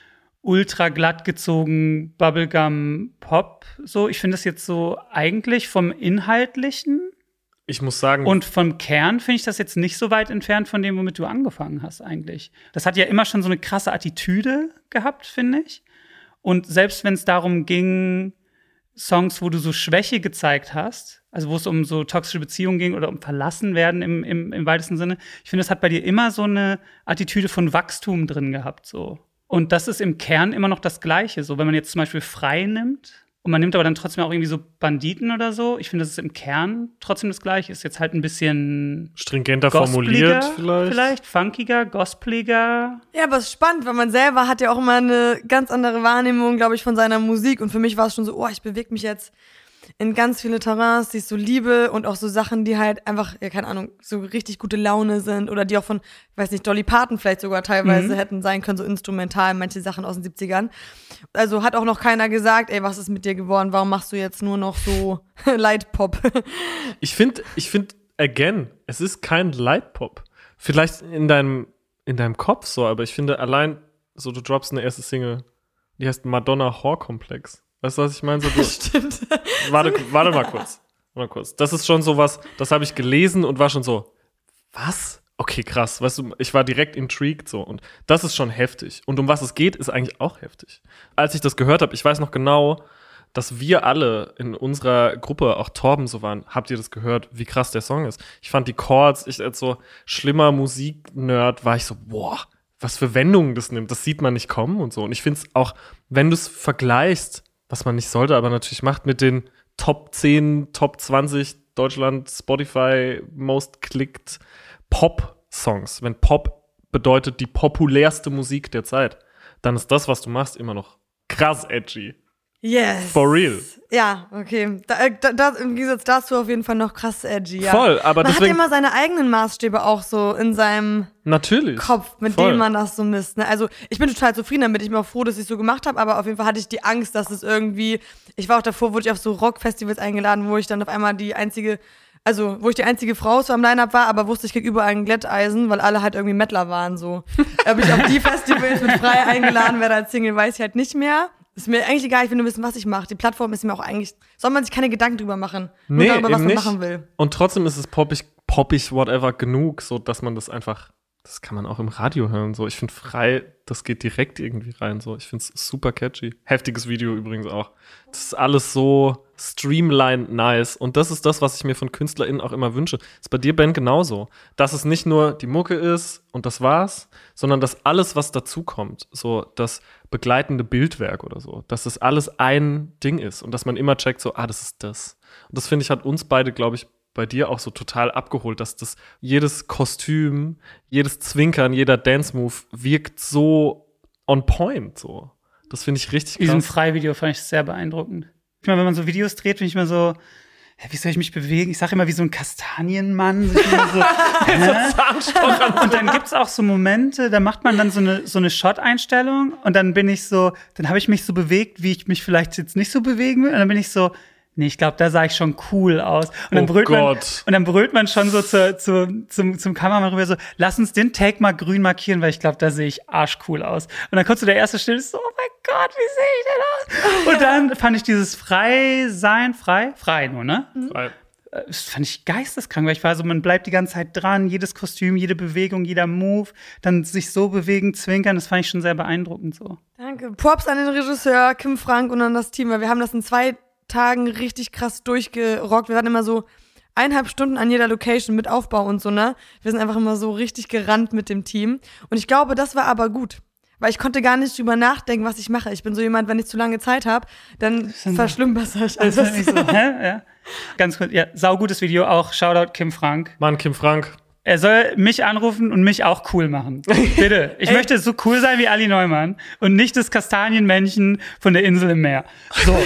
ultra glatt gezogen Bubblegum-Pop. So, ich finde das jetzt so eigentlich vom Inhaltlichen Ich muss sagen, und vom Kern finde ich das jetzt nicht so weit entfernt von dem, womit du angefangen hast eigentlich. Das hat ja immer schon so eine krasse Attitüde gehabt, finde ich. Und selbst wenn es darum ging, Songs, wo du so Schwäche gezeigt hast, also wo es um so toxische Beziehungen ging oder um Verlassenwerden im, im, im weitesten Sinne, ich finde, es hat bei dir immer so eine Attitüde von Wachstum drin gehabt, so. Und das ist im Kern immer noch das Gleiche, so. Wenn man jetzt zum Beispiel Frei nimmt und man nimmt aber dann trotzdem auch irgendwie so Banditen oder so, ich finde, das ist im Kern trotzdem das Gleiche. Ist jetzt halt ein bisschen stringenter formuliert vielleicht. vielleicht, funkiger, gospeliger. Ja, aber es ist spannend, weil man selber hat ja auch immer eine ganz andere Wahrnehmung, glaube ich, von seiner Musik. Und für mich war es schon so, oh, ich bewege mich jetzt in ganz viele Terrains, die ich so liebe und auch so Sachen, die halt einfach, ja, keine Ahnung, so richtig gute Laune sind oder die auch von, ich weiß nicht, Dolly Parton vielleicht sogar teilweise Mhm. hätten sein können, so instrumental, manche Sachen aus den siebzigern. Also hat auch noch keiner gesagt, ey, was ist mit dir geworden, warum machst du jetzt nur noch so Light-Pop? Ich finde, ich finde, again, es ist kein Light-Pop. Vielleicht in deinem in deinem Kopf so, aber ich finde allein so, du droppst eine erste Single, die heißt Madonna Whore-Komplex. Weißt du, was ich meine? So, Stimmt. Warte, warte mal kurz. Mal kurz. Das ist schon sowas, das habe ich gelesen und war schon so, was? Okay, krass. Weißt du, ich war direkt intrigued so und das ist schon heftig. Und um was es geht, ist eigentlich auch heftig. Als ich das gehört habe, ich weiß noch genau, dass wir alle in unserer Gruppe, auch Torben so waren, habt ihr das gehört, wie krass der Song ist? Ich fand die Chords, ich als so schlimmer Musiknerd war ich so, boah, was für Wendungen das nimmt, das sieht man nicht kommen und so. Und ich finde es auch, wenn du es vergleichst, was man nicht sollte, aber natürlich macht mit den Top zehn, Top zwanzig Deutschland, Spotify, Most Clicked Pop-Songs. Wenn Pop bedeutet die populärste Musik der Zeit, dann ist das, was du machst, immer noch krass edgy. Yes. For real. Ja, okay. Da, da, da, im Gegensatz dazu auf jeden Fall noch krass edgy, ja. Voll, aber man deswegen. hat immer seine eigenen Maßstäbe auch so in seinem Natürlich. Kopf, mit Voll. denen man das so misst. Ne? Also ich bin total zufrieden damit. Ich bin auch froh, dass ich es so gemacht habe, aber auf jeden Fall hatte ich die Angst, dass es irgendwie, ich war auch davor, wurde ich auf so Rockfestivals eingeladen, wo ich dann auf einmal die einzige, also wo ich die einzige Frau so am Line-Up war, aber wusste, ich krieg überall ein Glätteisen, weil alle halt irgendwie Mettler waren so. Ob ich auf die Festivals mit frei eingeladen werde als Single, weiß ich halt nicht mehr. Ist mir eigentlich egal, ich will nur wissen, was ich mache. Die Plattform ist mir auch eigentlich, soll man sich keine Gedanken drüber machen. Nur Nee, darüber, was eben man nicht. machen will. Und trotzdem ist es poppig, poppig, whatever, genug, so dass man das einfach, das kann man auch im Radio hören. So, ich finde frei, das geht direkt irgendwie rein. So, ich finde es super catchy. Heftiges Video übrigens auch. Das ist alles so streamlined nice. Und das ist das, was ich mir von KünstlerInnen auch immer wünsche. Ist bei dir, Ben, genauso. Dass es nicht nur die Mucke ist und das war's, sondern dass alles, was dazukommt, so das begleitende Bildwerk oder so, dass das alles ein Ding ist und dass man immer checkt, so, ah, das ist das. Und das, finde ich, hat uns beide, glaube ich, bei dir auch so total abgeholt, dass das jedes Kostüm, jedes Zwinkern, jeder Dance-Move wirkt so on point, so. Das finde ich richtig In diesem krass. Freivideo fand ich sehr beeindruckend. Ich meine, wenn man so Videos dreht, bin ich immer so, hä, wie soll ich mich bewegen? Ich sage immer wie so ein Kastanienmann. So, ich bin immer so, hä? Und dann gibt's auch so Momente, da macht man dann so eine, so eine Shot-Einstellung und dann bin ich so, dann habe ich mich so bewegt, wie ich mich vielleicht jetzt nicht so bewegen will. Und dann bin ich so, nee, ich glaube, da sah ich schon cool aus. Und dann Oh brüllt man, Gott. und dann brüllt man schon so zu, zu, zum, zum Kameramann rüber so, lass uns den Take mal grün markieren, weil ich glaube, da sehe ich arschcool aus. Und dann kommt so der erste Still, so, oh mein Gott, wie sehe ich denn aus? Und dann fand ich dieses frei sein, frei, frei nur, ne? Weil- Das fand ich geisteskrank, weil ich war so, man bleibt die ganze Zeit dran, jedes Kostüm, jede Bewegung, jeder Move, dann sich so bewegen, zwinkern, das fand ich schon sehr beeindruckend so. Danke. Props an den Regisseur Kim Frank und an das Team, weil wir haben das in zwei Tagen richtig krass durchgerockt. Wir waren immer so eineinhalb Stunden an jeder Location mit Aufbau und so, ne? Wir sind einfach immer so richtig gerannt mit dem Team. Und ich glaube, das war aber gut. Weil ich konnte gar nicht drüber nachdenken, was ich mache. Ich bin so jemand, wenn ich zu lange Zeit habe, dann verschlimmbessere ich Das alles. fand ich so, hä? Ja. Ganz kurz, ja, saugutes Video auch, Shoutout Kim Frank. Mann, Kim Frank. Er soll mich anrufen und mich auch cool machen. Bitte. Ich möchte so cool sein wie Ali Neumann und nicht das Kastanienmännchen von der Insel im Meer. So.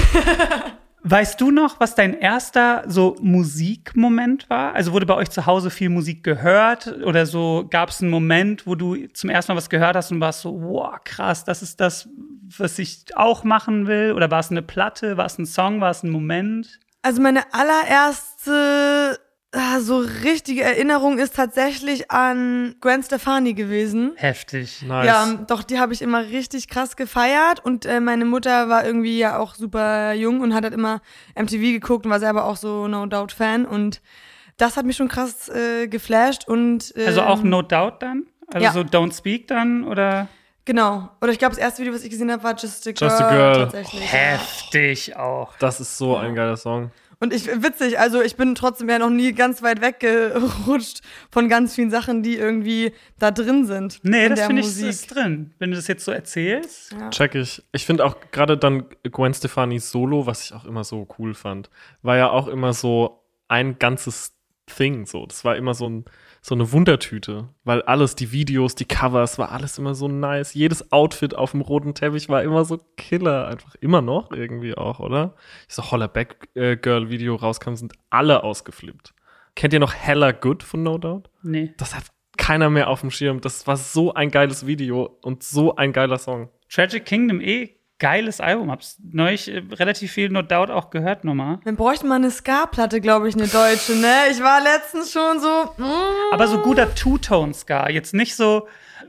Weißt du noch, was dein erster so Musikmoment war? Also wurde bei euch zu Hause viel Musik gehört oder so? Gab es einen Moment, wo du zum ersten Mal was gehört hast und warst so, wow, krass, das ist das, was ich auch machen will? Oder war es eine Platte? War es ein Song? War es ein Moment? Also meine allererste ah, so richtige Erinnerung ist tatsächlich an Gwen Stefani gewesen. Heftig. Nice. Ja, doch, die habe ich immer richtig krass gefeiert und äh, meine Mutter war irgendwie ja auch super jung und hat halt immer M T V geguckt und war selber auch so No Doubt Fan und das hat mich schon krass äh, geflasht und ähm, Also auch No Doubt dann? Also ja. so Don't Speak dann oder? Genau. Oder ich glaube, das erste Video, was ich gesehen habe, war Just a Girl. Just a Girl. Tatsächlich. Heftig auch. Das ist so ein geiler Song. Und ich, witzig, also ich bin trotzdem ja noch nie ganz weit weggerutscht von ganz vielen Sachen, die irgendwie da drin sind. Nee, in das der finde ich Musik. ist drin. Wenn du das jetzt so erzählst. Ja. Check ich. Ich finde auch gerade dann Gwen Stefani's Solo, was ich auch immer so cool fand, war ja auch immer so ein ganzes Thing. So. Das war immer so, ein, so eine Wundertüte, weil alles, die Videos, die Covers, war alles immer so nice. Jedes Outfit auf dem roten Teppich war immer so Killer. Einfach immer noch irgendwie auch, oder? Ich so Hollaback-Girl-Video rauskam, sind alle ausgeflippt. Kennt ihr noch Hella Good von No Doubt? Nee. Das hat keiner mehr auf dem Schirm. Das war so ein geiles Video und so ein geiler Song. Tragic Kingdom, eh geiles Album. Hab's neulich äh, relativ viel No Doubt auch gehört nochmal. Wir bräuchten mal eine Ska-Platte, glaube ich, eine deutsche, ne? Ich war letztens schon so, mm. Aber so guter Two-Tone-Ska. Jetzt nicht so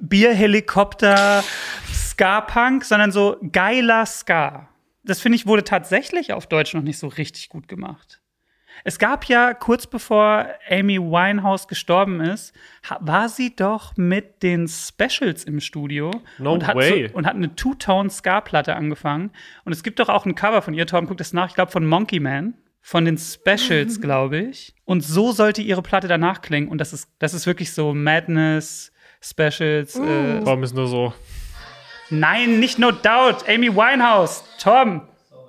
Bierhelikopter Ska-Punk, sondern so geiler Ska. Das, finde ich, wurde tatsächlich auf Deutsch noch nicht so richtig gut gemacht. Es gab ja, kurz bevor Amy Winehouse gestorben ist, ha- war sie doch mit den Specials im Studio. No und hat way. So, und hat eine Two-Tone-Ska-Platte angefangen. Und es gibt doch auch ein Cover von ihr, Torben, guck das nach, ich glaube von Monkey Man. Von den Specials, glaube ich. Und so sollte ihre Platte danach klingen. Und das ist, das ist wirklich so Madness, Specials. Uh. Äh, Warum ist nur so? Nein, nicht No Doubt. Amy Winehouse. Tom.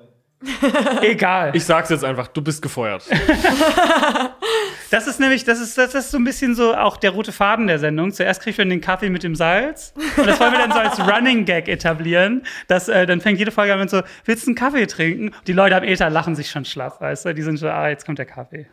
Egal. Ich sag's jetzt einfach, du bist gefeuert. Das ist nämlich, das ist, das ist so ein bisschen so auch der rote Faden der Sendung. Zuerst kriegt man den Kaffee mit dem Salz. Und das wollen wir dann so als Running Gag etablieren. Dass, äh, dann fängt jede Folge an mit so, willst du einen Kaffee trinken? Die Leute am Ether lachen sich schon schlapp, weißt du? Die sind schon, ah, jetzt kommt der Kaffee.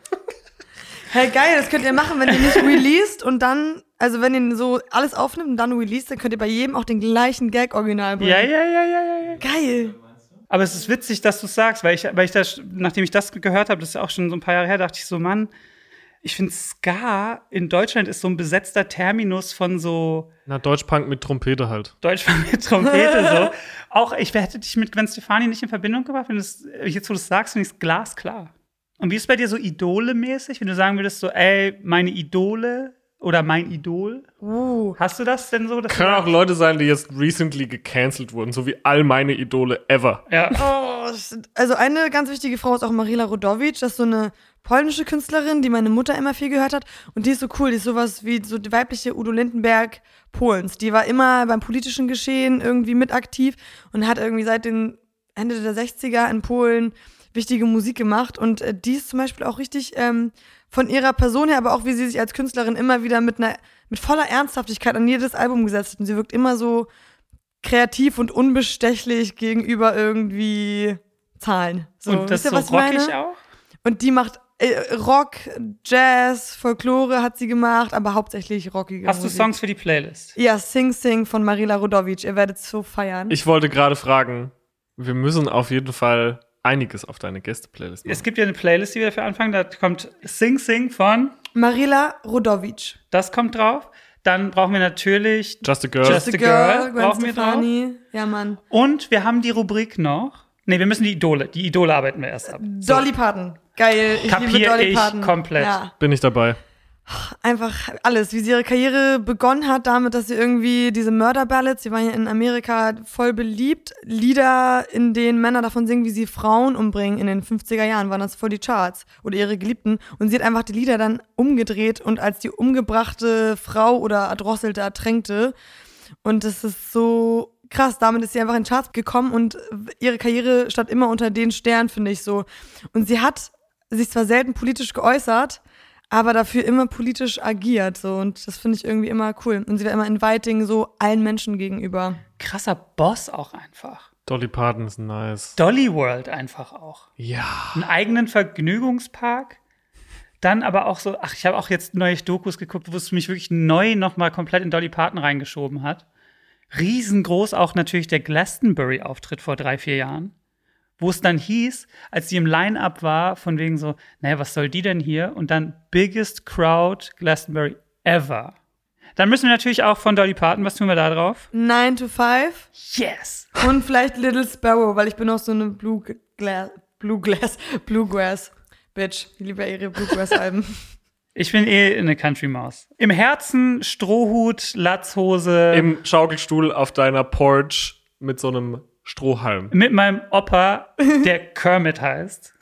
Hey, geil, das könnt ihr machen, wenn ihr nicht released und dann, also wenn ihr so alles aufnimmt und dann released, dann könnt ihr bei jedem auch den gleichen Gag original bringen. Ja, ja, ja, ja, ja. ja. Geil. Aber es ist witzig, dass du es sagst, weil ich, weil ich das, nachdem ich das gehört habe, das ist ja auch schon so ein paar Jahre her, dachte ich so, Mann, ich finde Ska in Deutschland ist so ein besetzter Terminus von so Na, Deutschpunk mit Trompete halt. Deutschland mit Trompete so. Auch ich hätte dich mit Gwen Stefani nicht in Verbindung gebracht, wenn das, jetzt wo du es sagst, finde ich es glasklar. Und wie ist es bei dir so Idole-mäßig, wenn du sagen würdest so, ey, meine Idole oder mein Idol? Uh. Hast du das denn so? Dass Können du auch Leute sein, die jetzt recently gecancelt wurden, so wie all meine Idole ever. ja. Oh, also eine ganz wichtige Frau ist auch Marila Rodowicz, das ist so eine polnische Künstlerin, die meine Mutter immer viel gehört hat. Und die ist so cool, die ist sowas wie so die weibliche Udo Lindenberg Polens. Die war immer beim politischen Geschehen irgendwie mit aktiv und hat irgendwie seit den Ende der sechziger in Polen wichtige Musik gemacht. Und äh, die ist zum Beispiel auch richtig ähm, von ihrer Person her, aber auch wie sie sich als Künstlerin immer wieder mit einer mit voller Ernsthaftigkeit an jedes Album gesetzt hat. Und sie wirkt immer so kreativ und unbestechlich gegenüber irgendwie Zahlen. So, Und das wisst ihr, so was ich rockig meine? auch? Und die macht äh, Rock, Jazz, Folklore hat sie gemacht, aber hauptsächlich rockige Hast du Musik. Songs für die Playlist? Ja, Sing Sing von Marila Rodowicz. Ihr werdet es so feiern. Ich wollte gerade fragen, wir müssen auf jeden Fall einiges auf deine Gäste-Playlist machen. Es gibt ja eine Playlist, die wir dafür anfangen. Da kommt Sing Sing von, Marila Rodowicz. das kommt drauf. Dann brauchen wir natürlich Just a Girl. Just a Girl, Gwen brauchen wir drauf. Stefani. Ja, Mann. Und wir haben die Rubrik noch. Nee, wir müssen die Idole. Die Idole arbeiten wir erst ab. So. Dolly Parton. Geil. Ich liebe Kapier Dolly ich Parton. komplett. Ja. Bin ich dabei. Einfach alles, wie sie ihre Karriere begonnen hat, damit, dass sie irgendwie diese Murder-Ballads, sie waren ja in Amerika voll beliebt, Lieder, in denen Männer davon singen, wie sie Frauen umbringen. In den fünfziger Jahren waren das voll die Charts oder ihre Geliebten. Und sie hat einfach die Lieder dann umgedreht und als die umgebrachte Frau oder erdrosselte, ertränkte. Und das ist so krass, damit ist sie einfach in die Charts gekommen und ihre Karriere stand immer unter den Sternen, finde ich so. Und sie hat sich zwar selten politisch geäußert, aber dafür immer politisch agiert, so. Und das finde ich irgendwie immer cool. Und sie war immer inviting, so allen Menschen gegenüber. Krasser Boss auch einfach. Dolly Parton ist nice. Dolly World einfach auch. Ja. Einen eigenen Vergnügungspark. Dann aber auch so, ach, ich habe auch jetzt neue Dokus geguckt, wo es mich wirklich neu nochmal komplett in Dolly Parton reingeschoben hat. Riesengroß auch natürlich der Glastonbury-Auftritt vor drei, vier Jahren. Wo es dann hieß, als die im Line-Up war, von wegen so, naja, was soll die denn hier? Und dann biggest crowd Glastonbury ever. Dann müssen wir natürlich auch von Dolly Parton, was tun wir da drauf? nine to five Yes! und vielleicht Little Sparrow, weil ich bin auch so eine Blue Gla- Blue Glass, Bluegrass Bitch. Ich liebe ja ihre Bluegrass-Alben. Ich bin eh eine Country-Maus. Im Herzen Strohhut, Latzhose. Im Schaukelstuhl auf deiner Porch mit so einem Strohhalm. Mit meinem Opa, der Kermit heißt.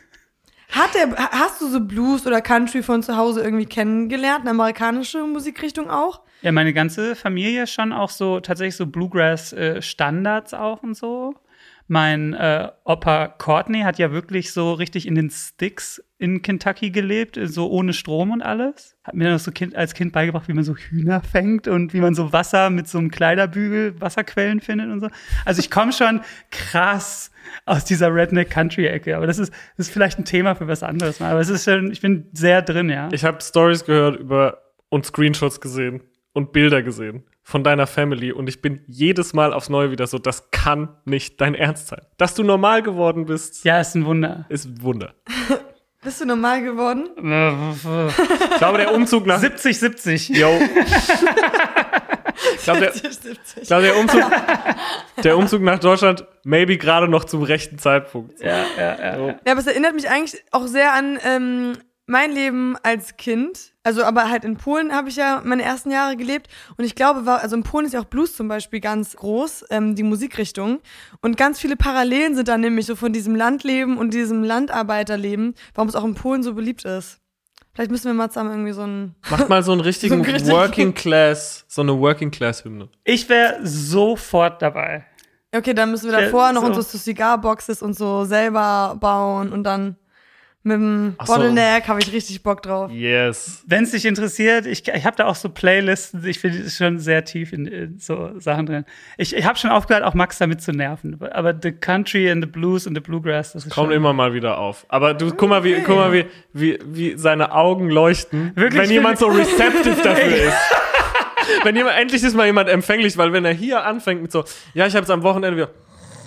Hat der, hast du so Blues oder Country von zu Hause irgendwie kennengelernt? Eine amerikanische Musikrichtung auch? Ja, meine ganze Familie schon auch so, tatsächlich so Bluegrass-Standards auch und so. Mein äh, Opa Courtney hat ja wirklich so richtig in den Sticks in Kentucky gelebt, so ohne Strom und alles. Hat mir dann so kind, als Kind beigebracht, wie man so Hühner fängt und wie man so Wasser mit so einem Kleiderbügel, Wasserquellen findet und so. Also ich komme schon krass aus dieser Redneck-Country-Ecke. Aber das ist, das ist vielleicht ein Thema für was anderes mal. Aber es ist schon, ich bin sehr drin, ja. Ich habe Stories gehört über und Screenshots gesehen und Bilder gesehen von deiner Family und ich bin jedes Mal aufs Neue wieder so, das kann nicht dein Ernst sein. Dass du normal geworden bist, Ja, ist ein Wunder. ist ein Wunder. Bist du normal geworden? Ich glaube, der Umzug nach siebzig siebzig. Yo. Ich glaube, der, ich glaub, der, Umzug, der Umzug nach Deutschland maybe gerade noch zum rechten Zeitpunkt. Ja, ja, ja. So. Ja, aber es erinnert mich eigentlich auch sehr an ähm, mein Leben als Kind. Also, aber halt in Polen habe ich ja meine ersten Jahre gelebt. Und ich glaube, war, also in Polen ist ja auch Blues zum Beispiel ganz groß, ähm, die Musikrichtung. Und ganz viele Parallelen sind da nämlich so von diesem Landleben und diesem Landarbeiterleben, warum es auch in Polen so beliebt ist. Vielleicht müssen wir mal zusammen irgendwie so ein... Macht mal so einen richtigen So richtig- Working Class, so eine Working Class Hymne. Ich wäre sofort dabei. Okay, dann müssen wir Ja, davor noch so. unsere Cigar-Boxes und so selber bauen und dann mit dem Ach so. Bottleneck habe ich richtig Bock drauf. Yes. Wenn es dich interessiert, ich, ich habe da auch so Playlisten, ich finde es schon sehr tief in, in so Sachen drin. Ich, ich habe schon aufgehört, auch Max damit zu nerven. Aber The Country and the Blues and the Bluegrass, das ist Kommt schon... immer mal wieder auf. Aber du, guck mal, wie, guck mal, wie, wie, wie seine Augen leuchten, Wirklich? wenn jemand so receptive dafür ist. Wenn jemand, endlich ist mal jemand empfänglich, weil wenn er hier anfängt mit so, ja, ich habe es am Wochenende wieder,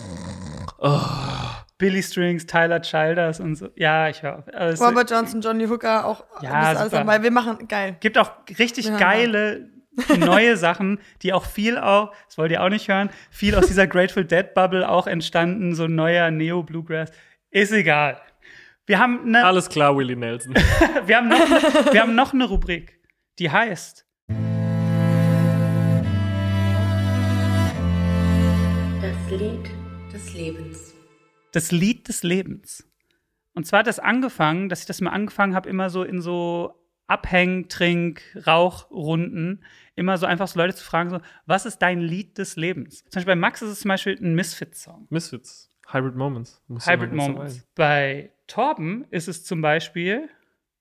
Billy Strings, Tyler Childers und so. Ja, ich höre auf. Aber es Robert Johnson, Johnny Hooker, auch Ja, das alles super. dabei. Wir machen geil. gibt auch richtig Ja. geile neue Sachen, die auch viel auch, das wollt ihr auch nicht hören, viel aus dieser Grateful Dead Bubble auch entstanden, so neuer Neo-Bluegrass. Ist egal. Wir haben eine alles klar, Willie Nelson. Wir haben noch eine, wir haben noch eine Rubrik, die heißt Das Lied des Lebens. Das Lied des Lebens. Und zwar hat das angefangen, dass ich das mal angefangen habe, immer so in so Abhäng-, Trink-, Rauchrunden, immer so einfach so Leute zu fragen, so, was ist dein Lied des Lebens? Zum Beispiel bei Max ist es zum Beispiel ein Misfits-Song. Misfits. Hybrid Moments. Muss ja Hybrid mal ganz Moments. so Bei Torben ist es zum Beispiel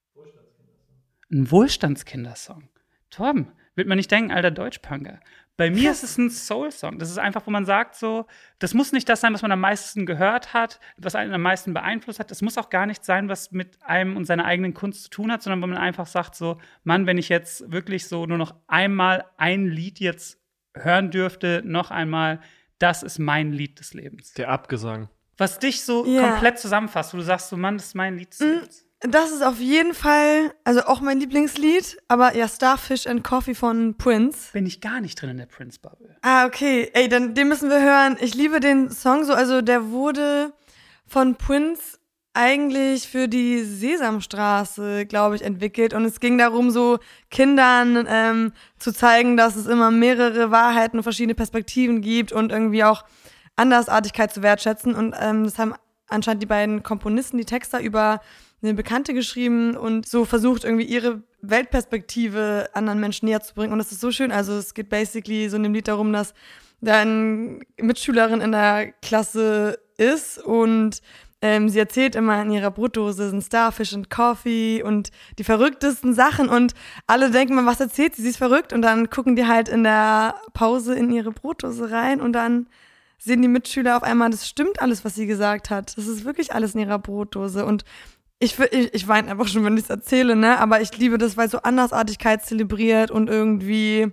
ein Wohlstandskindersong. Torben, wird man nicht denken, alter Deutschpunker. Bei mir ist es ein Soul-Song. Das ist einfach, wo man sagt so, das muss nicht das sein, was man am meisten gehört hat, was einen am meisten beeinflusst hat. Das muss auch gar nicht sein, was mit einem und seiner eigenen Kunst zu tun hat, sondern wo man einfach sagt so, Mann, wenn ich jetzt wirklich so nur noch einmal ein Lied jetzt hören dürfte, noch einmal, das ist mein Lied des Lebens. Der Abgesang. Was dich so Ja. komplett zusammenfasst, wo du sagst so, Mann, das ist mein Lied des Lebens. Das ist auf jeden Fall, also auch mein Lieblingslied, aber ja, Starfish and Coffee von Prince. Bin ich gar nicht drin in der Prince-Bubble. Ah, okay. Ey, dann den müssen wir hören. Ich liebe den Song so, also der wurde von Prince eigentlich für die Sesamstraße, glaube ich, entwickelt. Und es ging darum, so Kindern ähm, zu zeigen, dass es immer mehrere Wahrheiten und verschiedene Perspektiven gibt und irgendwie auch Andersartigkeit zu wertschätzen. Und ähm, das haben anscheinend die beiden Komponisten, die Texter, über eine Bekannte geschrieben und so versucht, irgendwie ihre Weltperspektive anderen Menschen näher zu bringen. Und das ist so schön. Also es geht basically so in dem Lied darum, dass da eine Mitschülerin in der Klasse ist und ähm, sie erzählt immer in ihrer Brotdose sind Starfish and Coffee und die verrücktesten Sachen und alle denken mal, was erzählt sie? Sie ist verrückt und dann gucken die halt in der Pause in ihre Brotdose rein und dann sehen die Mitschüler auf einmal, das stimmt alles, was sie gesagt hat. Das ist wirklich alles in ihrer Brotdose und Ich, ich, ich weine einfach schon, wenn ich es erzähle, ne? Aber ich liebe das, weil so Andersartigkeit zelebriert und irgendwie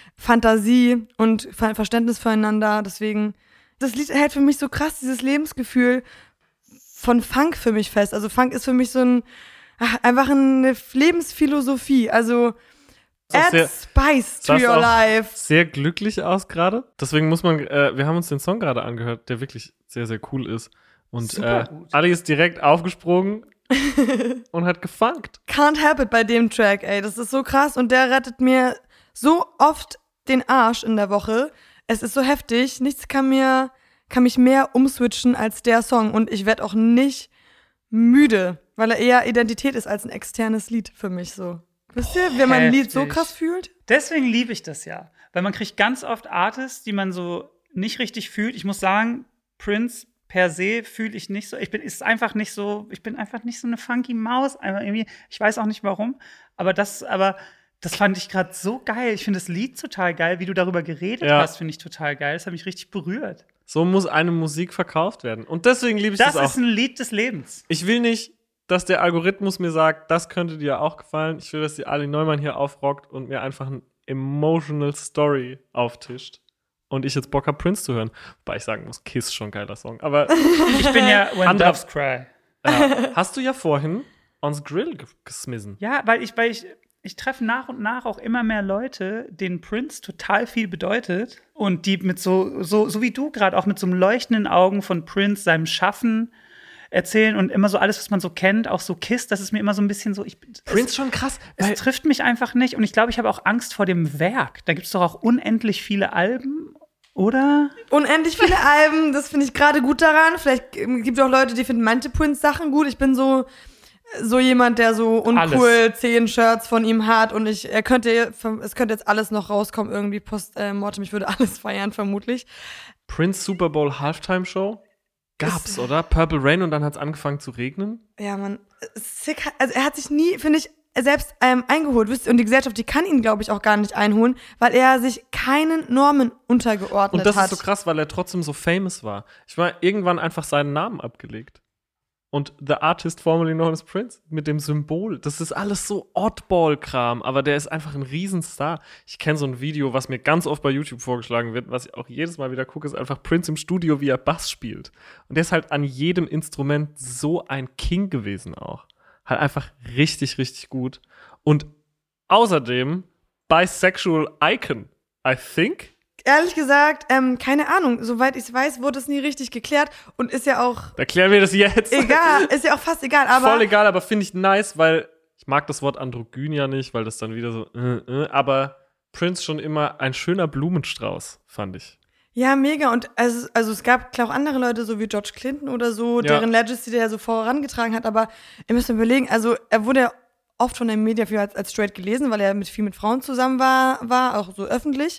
Fantasie und Ver- Verständnis füreinander. Deswegen, das Lied hält für mich so krass dieses Lebensgefühl von Funk für mich fest. Also Funk ist für mich so ein, ach, einfach eine Lebensphilosophie. Also Das ist add sehr- spice to sahst your auch life. sehr glücklich aus gerade. Deswegen muss man, äh, wir haben uns den Song gerade angehört, der wirklich sehr, sehr cool ist. Und Super äh, gut. Ali ist direkt aufgesprungen und hat gefunkt. Can't help it bei dem Track, ey. Das ist so krass und der rettet mir so oft den Arsch in der Woche. Es ist so heftig. Nichts kann mir, kann mich mehr umswitchen als der Song und ich werde auch nicht müde, weil er eher Identität ist als ein externes Lied für mich so. Wisst ihr, wenn man ein Lied so heftig. krass fühlt? Deswegen liebe ich das ja. Weil man kriegt ganz oft Artists, die man so nicht richtig fühlt. Ich muss sagen, Prince per se fühle ich nicht so. Ich bin, ist einfach nicht so, ich bin einfach nicht so eine funky Maus. Einfach irgendwie, ich weiß auch nicht warum. Aber das, aber das fand ich gerade so geil. Ich finde das Lied total geil. Wie du darüber geredet Ja. hast, finde ich total geil. Das hat mich richtig berührt. So muss eine Musik verkauft werden. Und deswegen liebe ich Das das, auch. ist ein Lied des Lebens. Ich will nicht, dass der Algorithmus mir sagt, das könnte dir auch gefallen. Ich will, dass die Ali Neumann hier aufrockt und mir einfach ein emotional Story auftischt. Und ich jetzt Bock habe, Prince zu hören. Wobei ich sagen muss, Kiss schon ein geiler Song. Aber Ich bin ja When Andere- Doves Cry. äh, hast du ja vorhin ons Grill ge- gesmissen. Ja, weil ich, weil ich, ich treffe nach und nach auch immer mehr Leute, denen Prince total viel bedeutet und die mit so, so, so wie du gerade, auch mit so einem leuchtenden Augen von Prince, seinem Schaffen erzählen und immer so alles, was man so kennt, auch so Kiss, das ist mir immer so ein bisschen so, ich Prince es, schon krass. Es trifft mich einfach nicht und ich glaube, ich habe auch Angst vor dem Werk. Da gibt es doch auch unendlich viele Alben, oder? Unendlich viele Alben, das finde ich gerade gut daran. Vielleicht gibt es auch Leute, die finden manche Prince-Sachen gut. Ich bin so so jemand, der so uncool alles. zehn Shirts von ihm hat und ich, er könnte, es könnte jetzt alles noch rauskommen, irgendwie post-mortem. Ich würde alles feiern, vermutlich. Prince Super Bowl Halftime Show? Gab's, ist, oder? Purple Rain und dann hat's angefangen zu regnen? Ja, man. Also er hat sich nie, finde ich, selbst ähm, eingeholt. Wisst ihr, und die Gesellschaft, die kann ihn, glaube ich, auch gar nicht einholen, weil er sich keinen Normen untergeordnet hat. Und das hat. ist so krass, weil er trotzdem so famous war. Ich meine, irgendwann einfach seinen Namen abgelegt. Und The Artist formerly known as Prince mit dem Symbol. Das ist alles so Oddball-Kram, aber der ist einfach ein Riesenstar. Ich kenne so ein Video, was mir ganz oft bei YouTube vorgeschlagen wird, was ich auch jedes Mal wieder gucke, ist einfach Prince im Studio, wie er Bass spielt. Und der ist halt an jedem Instrument so ein King gewesen auch. Halt einfach richtig, richtig gut. Und außerdem Bisexual Icon, I think. Ehrlich gesagt, ähm, keine Ahnung. Soweit ich es weiß, wurde es nie richtig geklärt und ist ja auch. Erklären wir das jetzt. Egal, ist ja auch fast egal. Aber voll egal, aber finde ich nice, weil ich mag das Wort Androgyn ja nicht, weil das dann wieder so. Äh, äh, aber Prince schon immer ein schöner Blumenstrauß, fand ich. Ja, mega. Und also, also es gab klar auch andere Leute, so wie George Clinton oder so, ja. deren Legacy der so vorangetragen hat. Aber ihr müsst überlegen, also er wurde ja oft von den Medien als, als straight gelesen, weil er mit viel mit Frauen zusammen war, war auch so öffentlich.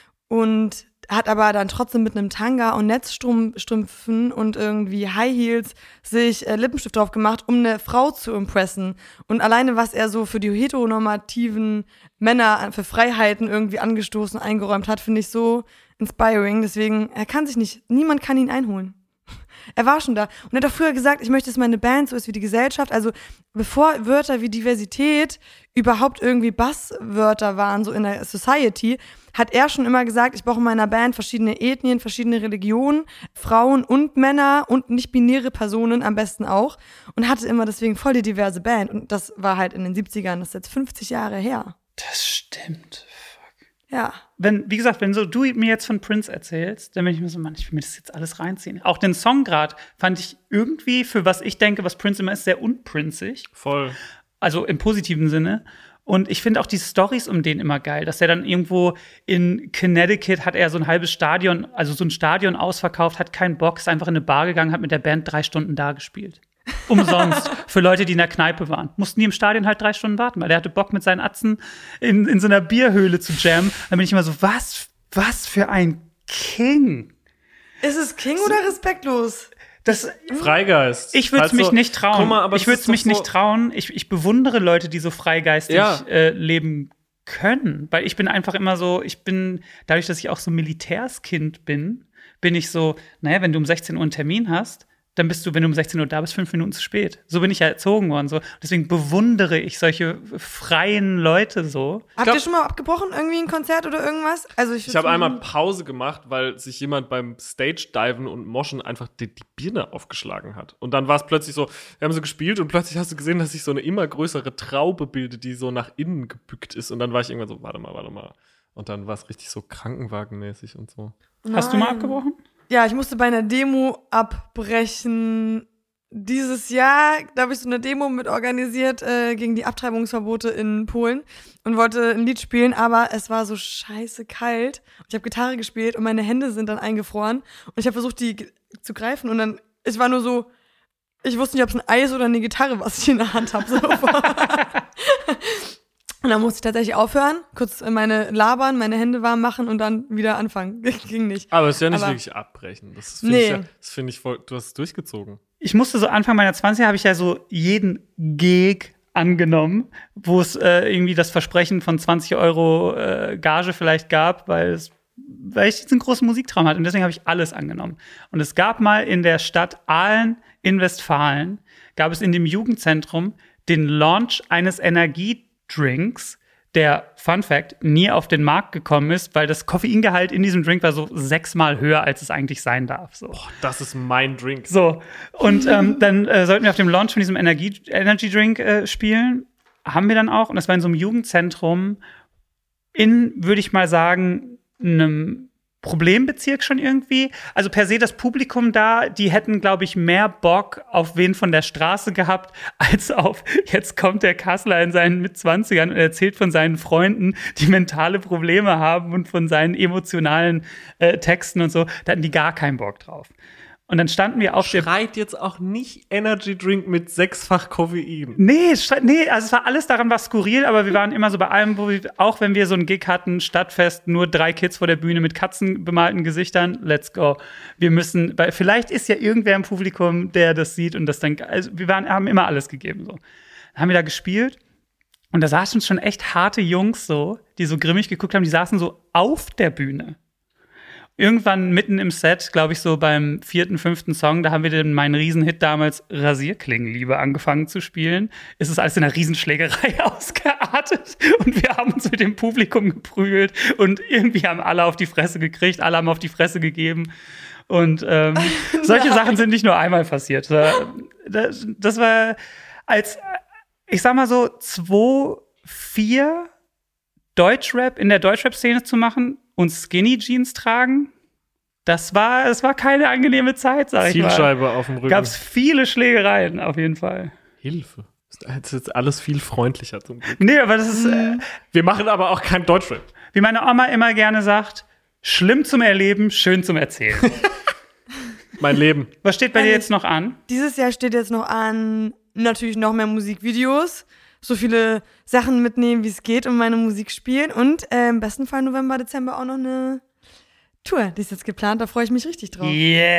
Und hat aber dann trotzdem mit einem Tanga und Netzstrümpfen und irgendwie High Heels sich äh, Lippenstift drauf gemacht, um eine Frau zu impressen. Und alleine, was er so für die heteronormativen Männer für Freiheiten irgendwie angestoßen, eingeräumt hat, finde ich so inspiring. Deswegen, er kann sich nicht, niemand kann ihn einholen. Er war schon da. Und er hat auch früher gesagt, ich möchte, dass meine Band so ist wie die Gesellschaft. Also bevor Wörter wie Diversität überhaupt irgendwie Buzzwörter waren, so in der Society, hat er schon immer gesagt, ich brauche in meiner Band verschiedene Ethnien, verschiedene Religionen, Frauen und Männer und nicht-binäre Personen am besten auch. Und hatte immer deswegen voll die diverse Band. Und das war halt in den siebzigern, das ist jetzt fünfzig Jahre her. Das stimmt. Ja. Wenn, wie gesagt, wenn so du mir jetzt von Prince erzählst, dann bin ich mir so, Mann, ich will mir das jetzt alles reinziehen. Auch den Song gerade fand ich irgendwie, für was ich denke, was Prince immer ist, sehr unprinzig. Voll. Also im positiven Sinne. Und ich finde auch die Storys um den immer geil, dass er dann irgendwo in Connecticut hat er so ein halbes Stadion, also so ein Stadion ausverkauft, hat keinen Bock, ist einfach in eine Bar gegangen, hat mit der Band drei Stunden da gespielt. Umsonst. Für Leute, die in der Kneipe waren. Mussten die im Stadion halt drei Stunden warten, weil der hatte Bock, mit seinen Atzen in, in so einer Bierhöhle zu jammen. Dann bin ich immer so, was, was für ein King. Ist es King so, oder respektlos? Das, Freigeist. Ich würde es mich so, nicht trauen. Mal, ich würde es mich so nicht trauen. Ich, ich bewundere Leute, die so freigeistig ja. äh, leben können. Weil ich bin einfach immer so, ich bin, dadurch, dass ich auch so Militärskind bin, bin ich so, naja, wenn du um sechzehn Uhr einen Termin hast, dann bist du, wenn du um sechzehn Uhr da bist, fünf Minuten zu spät. So bin ich ja erzogen worden. So. Deswegen bewundere ich solche freien Leute so. Habt glaub, ihr schon mal abgebrochen, irgendwie ein Konzert oder irgendwas? Also Ich, ich habe einmal Pause gemacht, weil sich jemand beim Stage-Diven und Moschen einfach die, die Birne aufgeschlagen hat. Und dann war es plötzlich so, wir haben so gespielt und plötzlich hast du gesehen, dass sich so eine immer größere Traube bildet, die so nach innen gebückt ist. Und dann war ich irgendwann so, warte mal, warte mal. Und dann war es richtig so krankenwagenmäßig und so. Nein. Hast du mal abgebrochen? Ja, ich musste bei einer Demo abbrechen. Dieses Jahr, da habe ich so eine Demo mit organisiert äh, gegen die Abtreibungsverbote in Polen und wollte ein Lied spielen, aber es war so scheiße kalt. Ich habe Gitarre gespielt und meine Hände sind dann eingefroren und ich habe versucht, die g- zu greifen und dann, es war nur so, ich wusste nicht, ob es ein Eis oder eine Gitarre, was ich in der Hand habe. So. Und dann musste ich tatsächlich aufhören, kurz meine labern, meine Hände warm machen und dann wieder anfangen. Ging nicht. Aber es ist ja nicht Aber wirklich abbrechen. Das finde nee. ich, ja, das find ich voll, du hast es durchgezogen. Ich musste so Anfang meiner zwanziger habe ich ja so jeden Gig angenommen, wo es äh, irgendwie das Versprechen von zwanzig Euro äh, Gage vielleicht gab, weil es weil ich diesen großen Musiktraum hatte. Und deswegen habe ich alles angenommen. Und es gab mal in der Stadt Aalen in Westfalen, gab es in dem Jugendzentrum den Launch eines Energie Drinks, der, Fun Fact, nie auf den Markt gekommen ist, weil das Koffeingehalt in diesem Drink war so sechsmal höher, als es eigentlich sein darf. So. Boah, das ist mein Drink. So, und ähm, dann äh, sollten wir auf dem Launch von diesem Energie, Energy Drink äh, spielen. haben wir dann auch, und das war in so einem Jugendzentrum in, würde ich mal sagen, einem Problembezirk schon irgendwie. Also per se das Publikum da, die hätten, glaube ich, mehr Bock auf wen von der Straße gehabt, als auf, jetzt kommt der Kasseler in seinen Mitzwanzigern und erzählt von seinen Freunden, die mentale Probleme haben und von seinen emotionalen äh, Texten und so. Da hatten die gar keinen Bock drauf. Und dann standen wir auf der... Schreit jetzt auch nicht Energy Drink mit sechsfach Koffein. Nee, es schreit- nee, also es war alles daran war skurril, aber wir waren immer so bei allem, wo wir, auch wenn wir so einen Gig hatten, Stadtfest, nur drei Kids vor der Bühne mit katzenbemalten Gesichtern, let's go. Wir müssen, weil vielleicht ist ja irgendwer im Publikum, der das sieht und das dann, also wir waren, haben immer alles gegeben, so. Dann haben wir da gespielt und da saßen schon echt harte Jungs so, die so grimmig geguckt haben, die saßen so auf der Bühne. Irgendwann mitten im Set, glaube ich, so beim vierten, fünften Song, da haben wir den meinen Riesenhit damals Rasierklingenliebe angefangen zu spielen. Ist es alles in einer Riesenschlägerei ausgeartet und wir haben uns mit dem Publikum geprügelt und irgendwie haben alle auf die Fresse gekriegt, alle haben auf die Fresse gegeben. Und ähm, solche Sachen sind nicht nur einmal passiert. Das, das war als, ich sag mal so, zwei, vier Deutschrap in der Deutschrap-Szene zu machen und Skinny Jeans tragen, das war, es war keine angenehme Zeit, sag ich mal. Zielscheibe auf dem Rücken. Gab's viele Schlägereien, auf jeden Fall. Hilfe. Das ist jetzt alles viel freundlicher zum Glück. Nee, aber das ist, äh, Wir machen aber auch kein Deutschrap. wie meine Oma immer gerne sagt, schlimm zum Erleben, schön zum Erzählen. Mein Leben. Was steht bei dir jetzt noch an? Dieses Jahr steht jetzt noch an, natürlich noch mehr Musikvideos. So viele Sachen mitnehmen, wie es geht und meine Musik spielen. Und äh, im besten Fall November, Dezember auch noch eine Tour. Die ist jetzt geplant, da freue ich mich richtig drauf.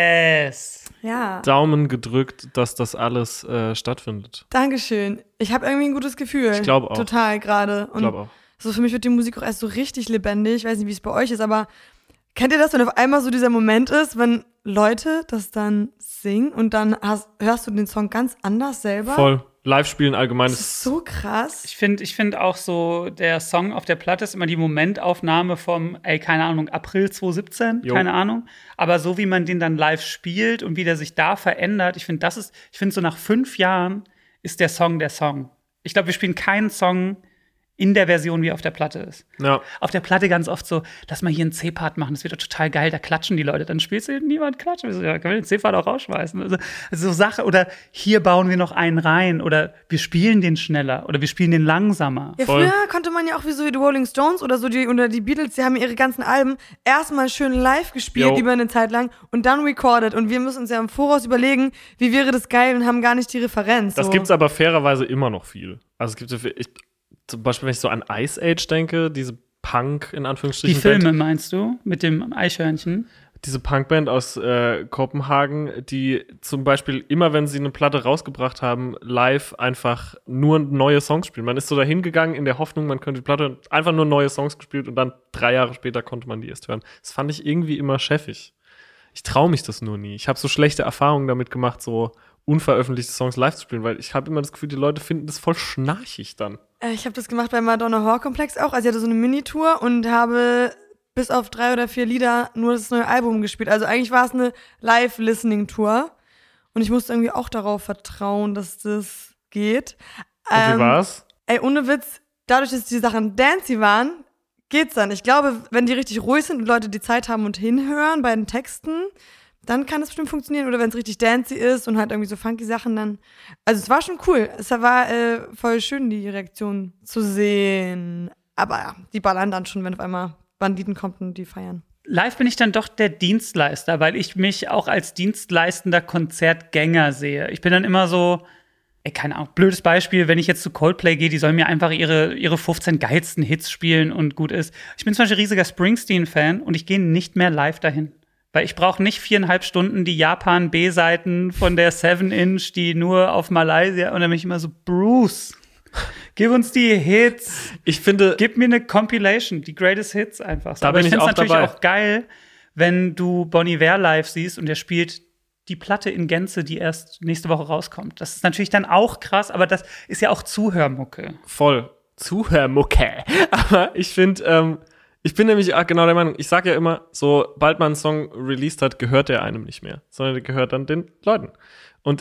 Yes. Ja. Daumen gedrückt, dass das alles äh, stattfindet. Dankeschön. Ich habe irgendwie ein gutes Gefühl. Ich glaube auch. Total gerade. Ich Und glaube auch. so für mich wird die Musik auch erst so richtig lebendig. Ich weiß nicht, wie es bei euch ist, aber kennt ihr das, wenn auf einmal so dieser Moment ist, wenn Leute das dann singen und dann hast, hörst du den Song ganz anders selber? Voll. Live-Spielen allgemein Das ist so krass. Ich finde ich find auch so, der Song auf der Platte ist immer die Momentaufnahme vom, ey, keine Ahnung, April zwanzig siebzehn, Jo. keine Ahnung. Aber so wie man den dann live spielt und wie der sich da verändert, ich finde, das ist, ich finde, so nach fünf Jahren ist der Song der Song. Ich glaube, wir spielen keinen Song in der Version, wie auf der Platte ist. Ja. Auf der Platte ganz oft so, lass mal hier einen C-Part machen, das wird doch total geil, da klatschen die Leute. Dann spielst du niemand klatschen. So, ja, können wir den C-Part auch rausschmeißen. Also, also so Sache, oder hier bauen wir noch einen rein, oder wir spielen den schneller, oder wir spielen den langsamer. Ja, Voll. früher konnte man ja auch wie so die Rolling Stones oder so die oder die Beatles, die haben ihre ganzen Alben erstmal schön live gespielt Jo. über eine Zeit lang und dann recorded. Und wir müssen uns ja im Voraus überlegen, wie wäre das geil und haben gar nicht die Referenz. Das so. gibt's aber fairerweise immer noch viel. Also es gibt ja, ich, zum Beispiel, wenn ich so an Ice Age denke, diese Punk, in Die Anführungsstrichen, Filme Band, meinst du? Mit dem Eichhörnchen? diese Punkband aus äh, Kopenhagen, die zum Beispiel immer, wenn sie eine Platte rausgebracht haben, live einfach nur neue Songs spielen. Man ist so dahin gegangen in der Hoffnung, man könnte die Platte einfach nur neue Songs gespielt und dann drei Jahre später konnte man die erst hören. Das fand ich irgendwie immer chefig. Ich traue mich das nur nie. Ich habe so schlechte Erfahrungen damit gemacht, so unveröffentlichte Songs live zu spielen, weil ich habe immer das Gefühl, die Leute finden das voll schnarchig dann. Äh, Ich habe das gemacht beim Madonna Horror Komplex auch. Also ich hatte so eine Minitour und habe bis auf drei oder vier Lieder nur das neue Album gespielt. Also eigentlich war es eine Live-Listening-Tour. Und ich musste irgendwie auch darauf vertrauen, dass das geht. Und wie war's? Ey, ohne Witz, dadurch, dass die Sachen dancy waren, geht's dann. Ich glaube, wenn die richtig ruhig sind und Leute die Zeit haben und hinhören bei den Texten, dann kann es bestimmt funktionieren. Oder wenn es richtig dancy ist und halt irgendwie so funky Sachen, dann. Also es war schon cool. Es war äh, voll schön, die Reaktion zu sehen. Aber ja, die ballern dann schon, wenn auf einmal Banditen kommt und die feiern. Live bin ich dann doch der Dienstleister, weil ich mich auch als dienstleistender Konzertgänger sehe. Ich bin dann immer so, ey, keine Ahnung, blödes Beispiel, wenn ich jetzt zu Coldplay gehe, die sollen mir einfach ihre, ihre fünfzehn geilsten Hits spielen und gut ist. Ich bin zum Beispiel riesiger Springsteen-Fan und ich gehe nicht mehr live dahin. Weil ich brauche nicht viereinhalb Stunden die Japan-B-Seiten von der seven Inch, die nur auf Malaysia, und dann bin ich immer so, Bruce, gib uns die Hits. Ich finde, Gib mir eine Compilation, die Greatest Hits einfach. So. Da Aber bin ich find's auch natürlich dabei. auch geil, wenn du Bon Iver live siehst und der spielt die Platte in Gänze, die erst nächste Woche rauskommt. Das ist natürlich dann auch krass, aber das ist ja auch Zuhörmucke. voll Zuhörmucke. Aber ich finde, ähm, ich bin nämlich auch genau der Meinung, ich sage ja immer, sobald man einen Song released hat, gehört der einem nicht mehr, sondern der gehört dann den Leuten. Und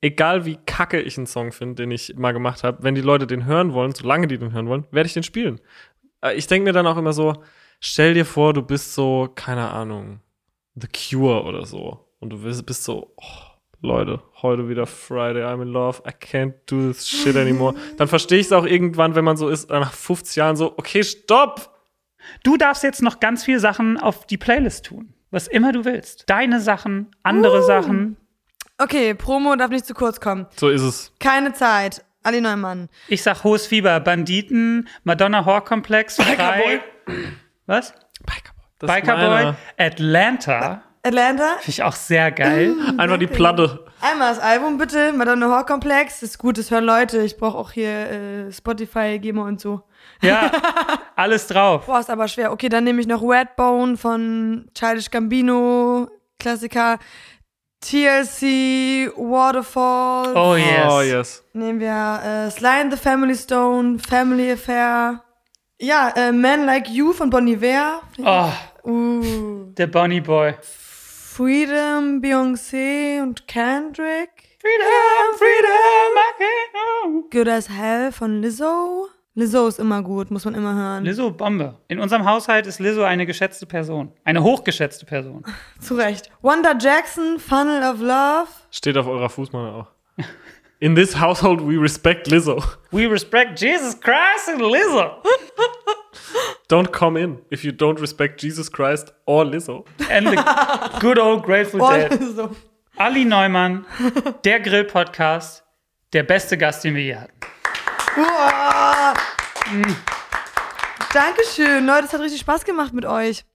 egal wie kacke ich einen Song finde, den ich mal gemacht habe, wenn die Leute den hören wollen, solange die den hören wollen, werde ich den spielen. Ich denke mir dann auch immer so, stell dir vor, du bist so, keine Ahnung, The Cure oder so. Und du bist so, oh, Leute, heute wieder Friday, I'm in love, I can't do this shit anymore. Dann verstehe ich es auch irgendwann, wenn man so ist, nach fünfzig Jahren so, okay, stopp! Du darfst jetzt noch ganz viele Sachen auf die Playlist tun. Was immer du willst. Deine Sachen, andere uh. Sachen. Okay, Promo darf nicht zu kurz kommen. So ist es. Keine Zeit. Ali Neumann. Ich sag hohes Fieber, Banditen, Madonna Horror-Komplex, frei. Was? Bikerboy. Bikerboy, Atlanta. Atlanta. Finde ich auch sehr geil. Mm, Einfach die Platte. Einmal das Album bitte, Madonna Horror-Komplex. Ist gut, das hören Leute. Ich brauche auch hier äh, Spotify, G E M A und so. Ja, alles drauf. Boah, ist aber schwer. Okay, dann nehme ich noch Redbone von Childish Gambino, Klassiker. T L C, Waterfall. Oh yes. Oh yes. Nehmen wir äh, Sly and the Family Stone, Family Affair. Ja, äh, Man Like You von Bon Iver. Oh, Uh. der Bonnie Boy. Freedom, Beyoncé und Kendrick. Freedom, freedom, I can't. Good as Hell von Lizzo. Lizzo ist immer gut, muss man immer hören. Lizzo, Bombe. In unserem Haushalt ist Lizzo eine geschätzte Person. Eine hochgeschätzte Person. Zu Recht. Wanda Jackson, Funnel of Love. Steht auf eurer Fußmatte auch. In this household we respect Lizzo. We respect Jesus Christ and Lizzo. Don't come in if you don't respect Jesus Christ or Lizzo. And the good old Grateful Oh, Dead. Lizzo. Ali Neumann, der Grill-Podcast, der beste Gast, den wir je hatten. Uah. Dankeschön, Leute, es hat richtig Spaß gemacht mit euch.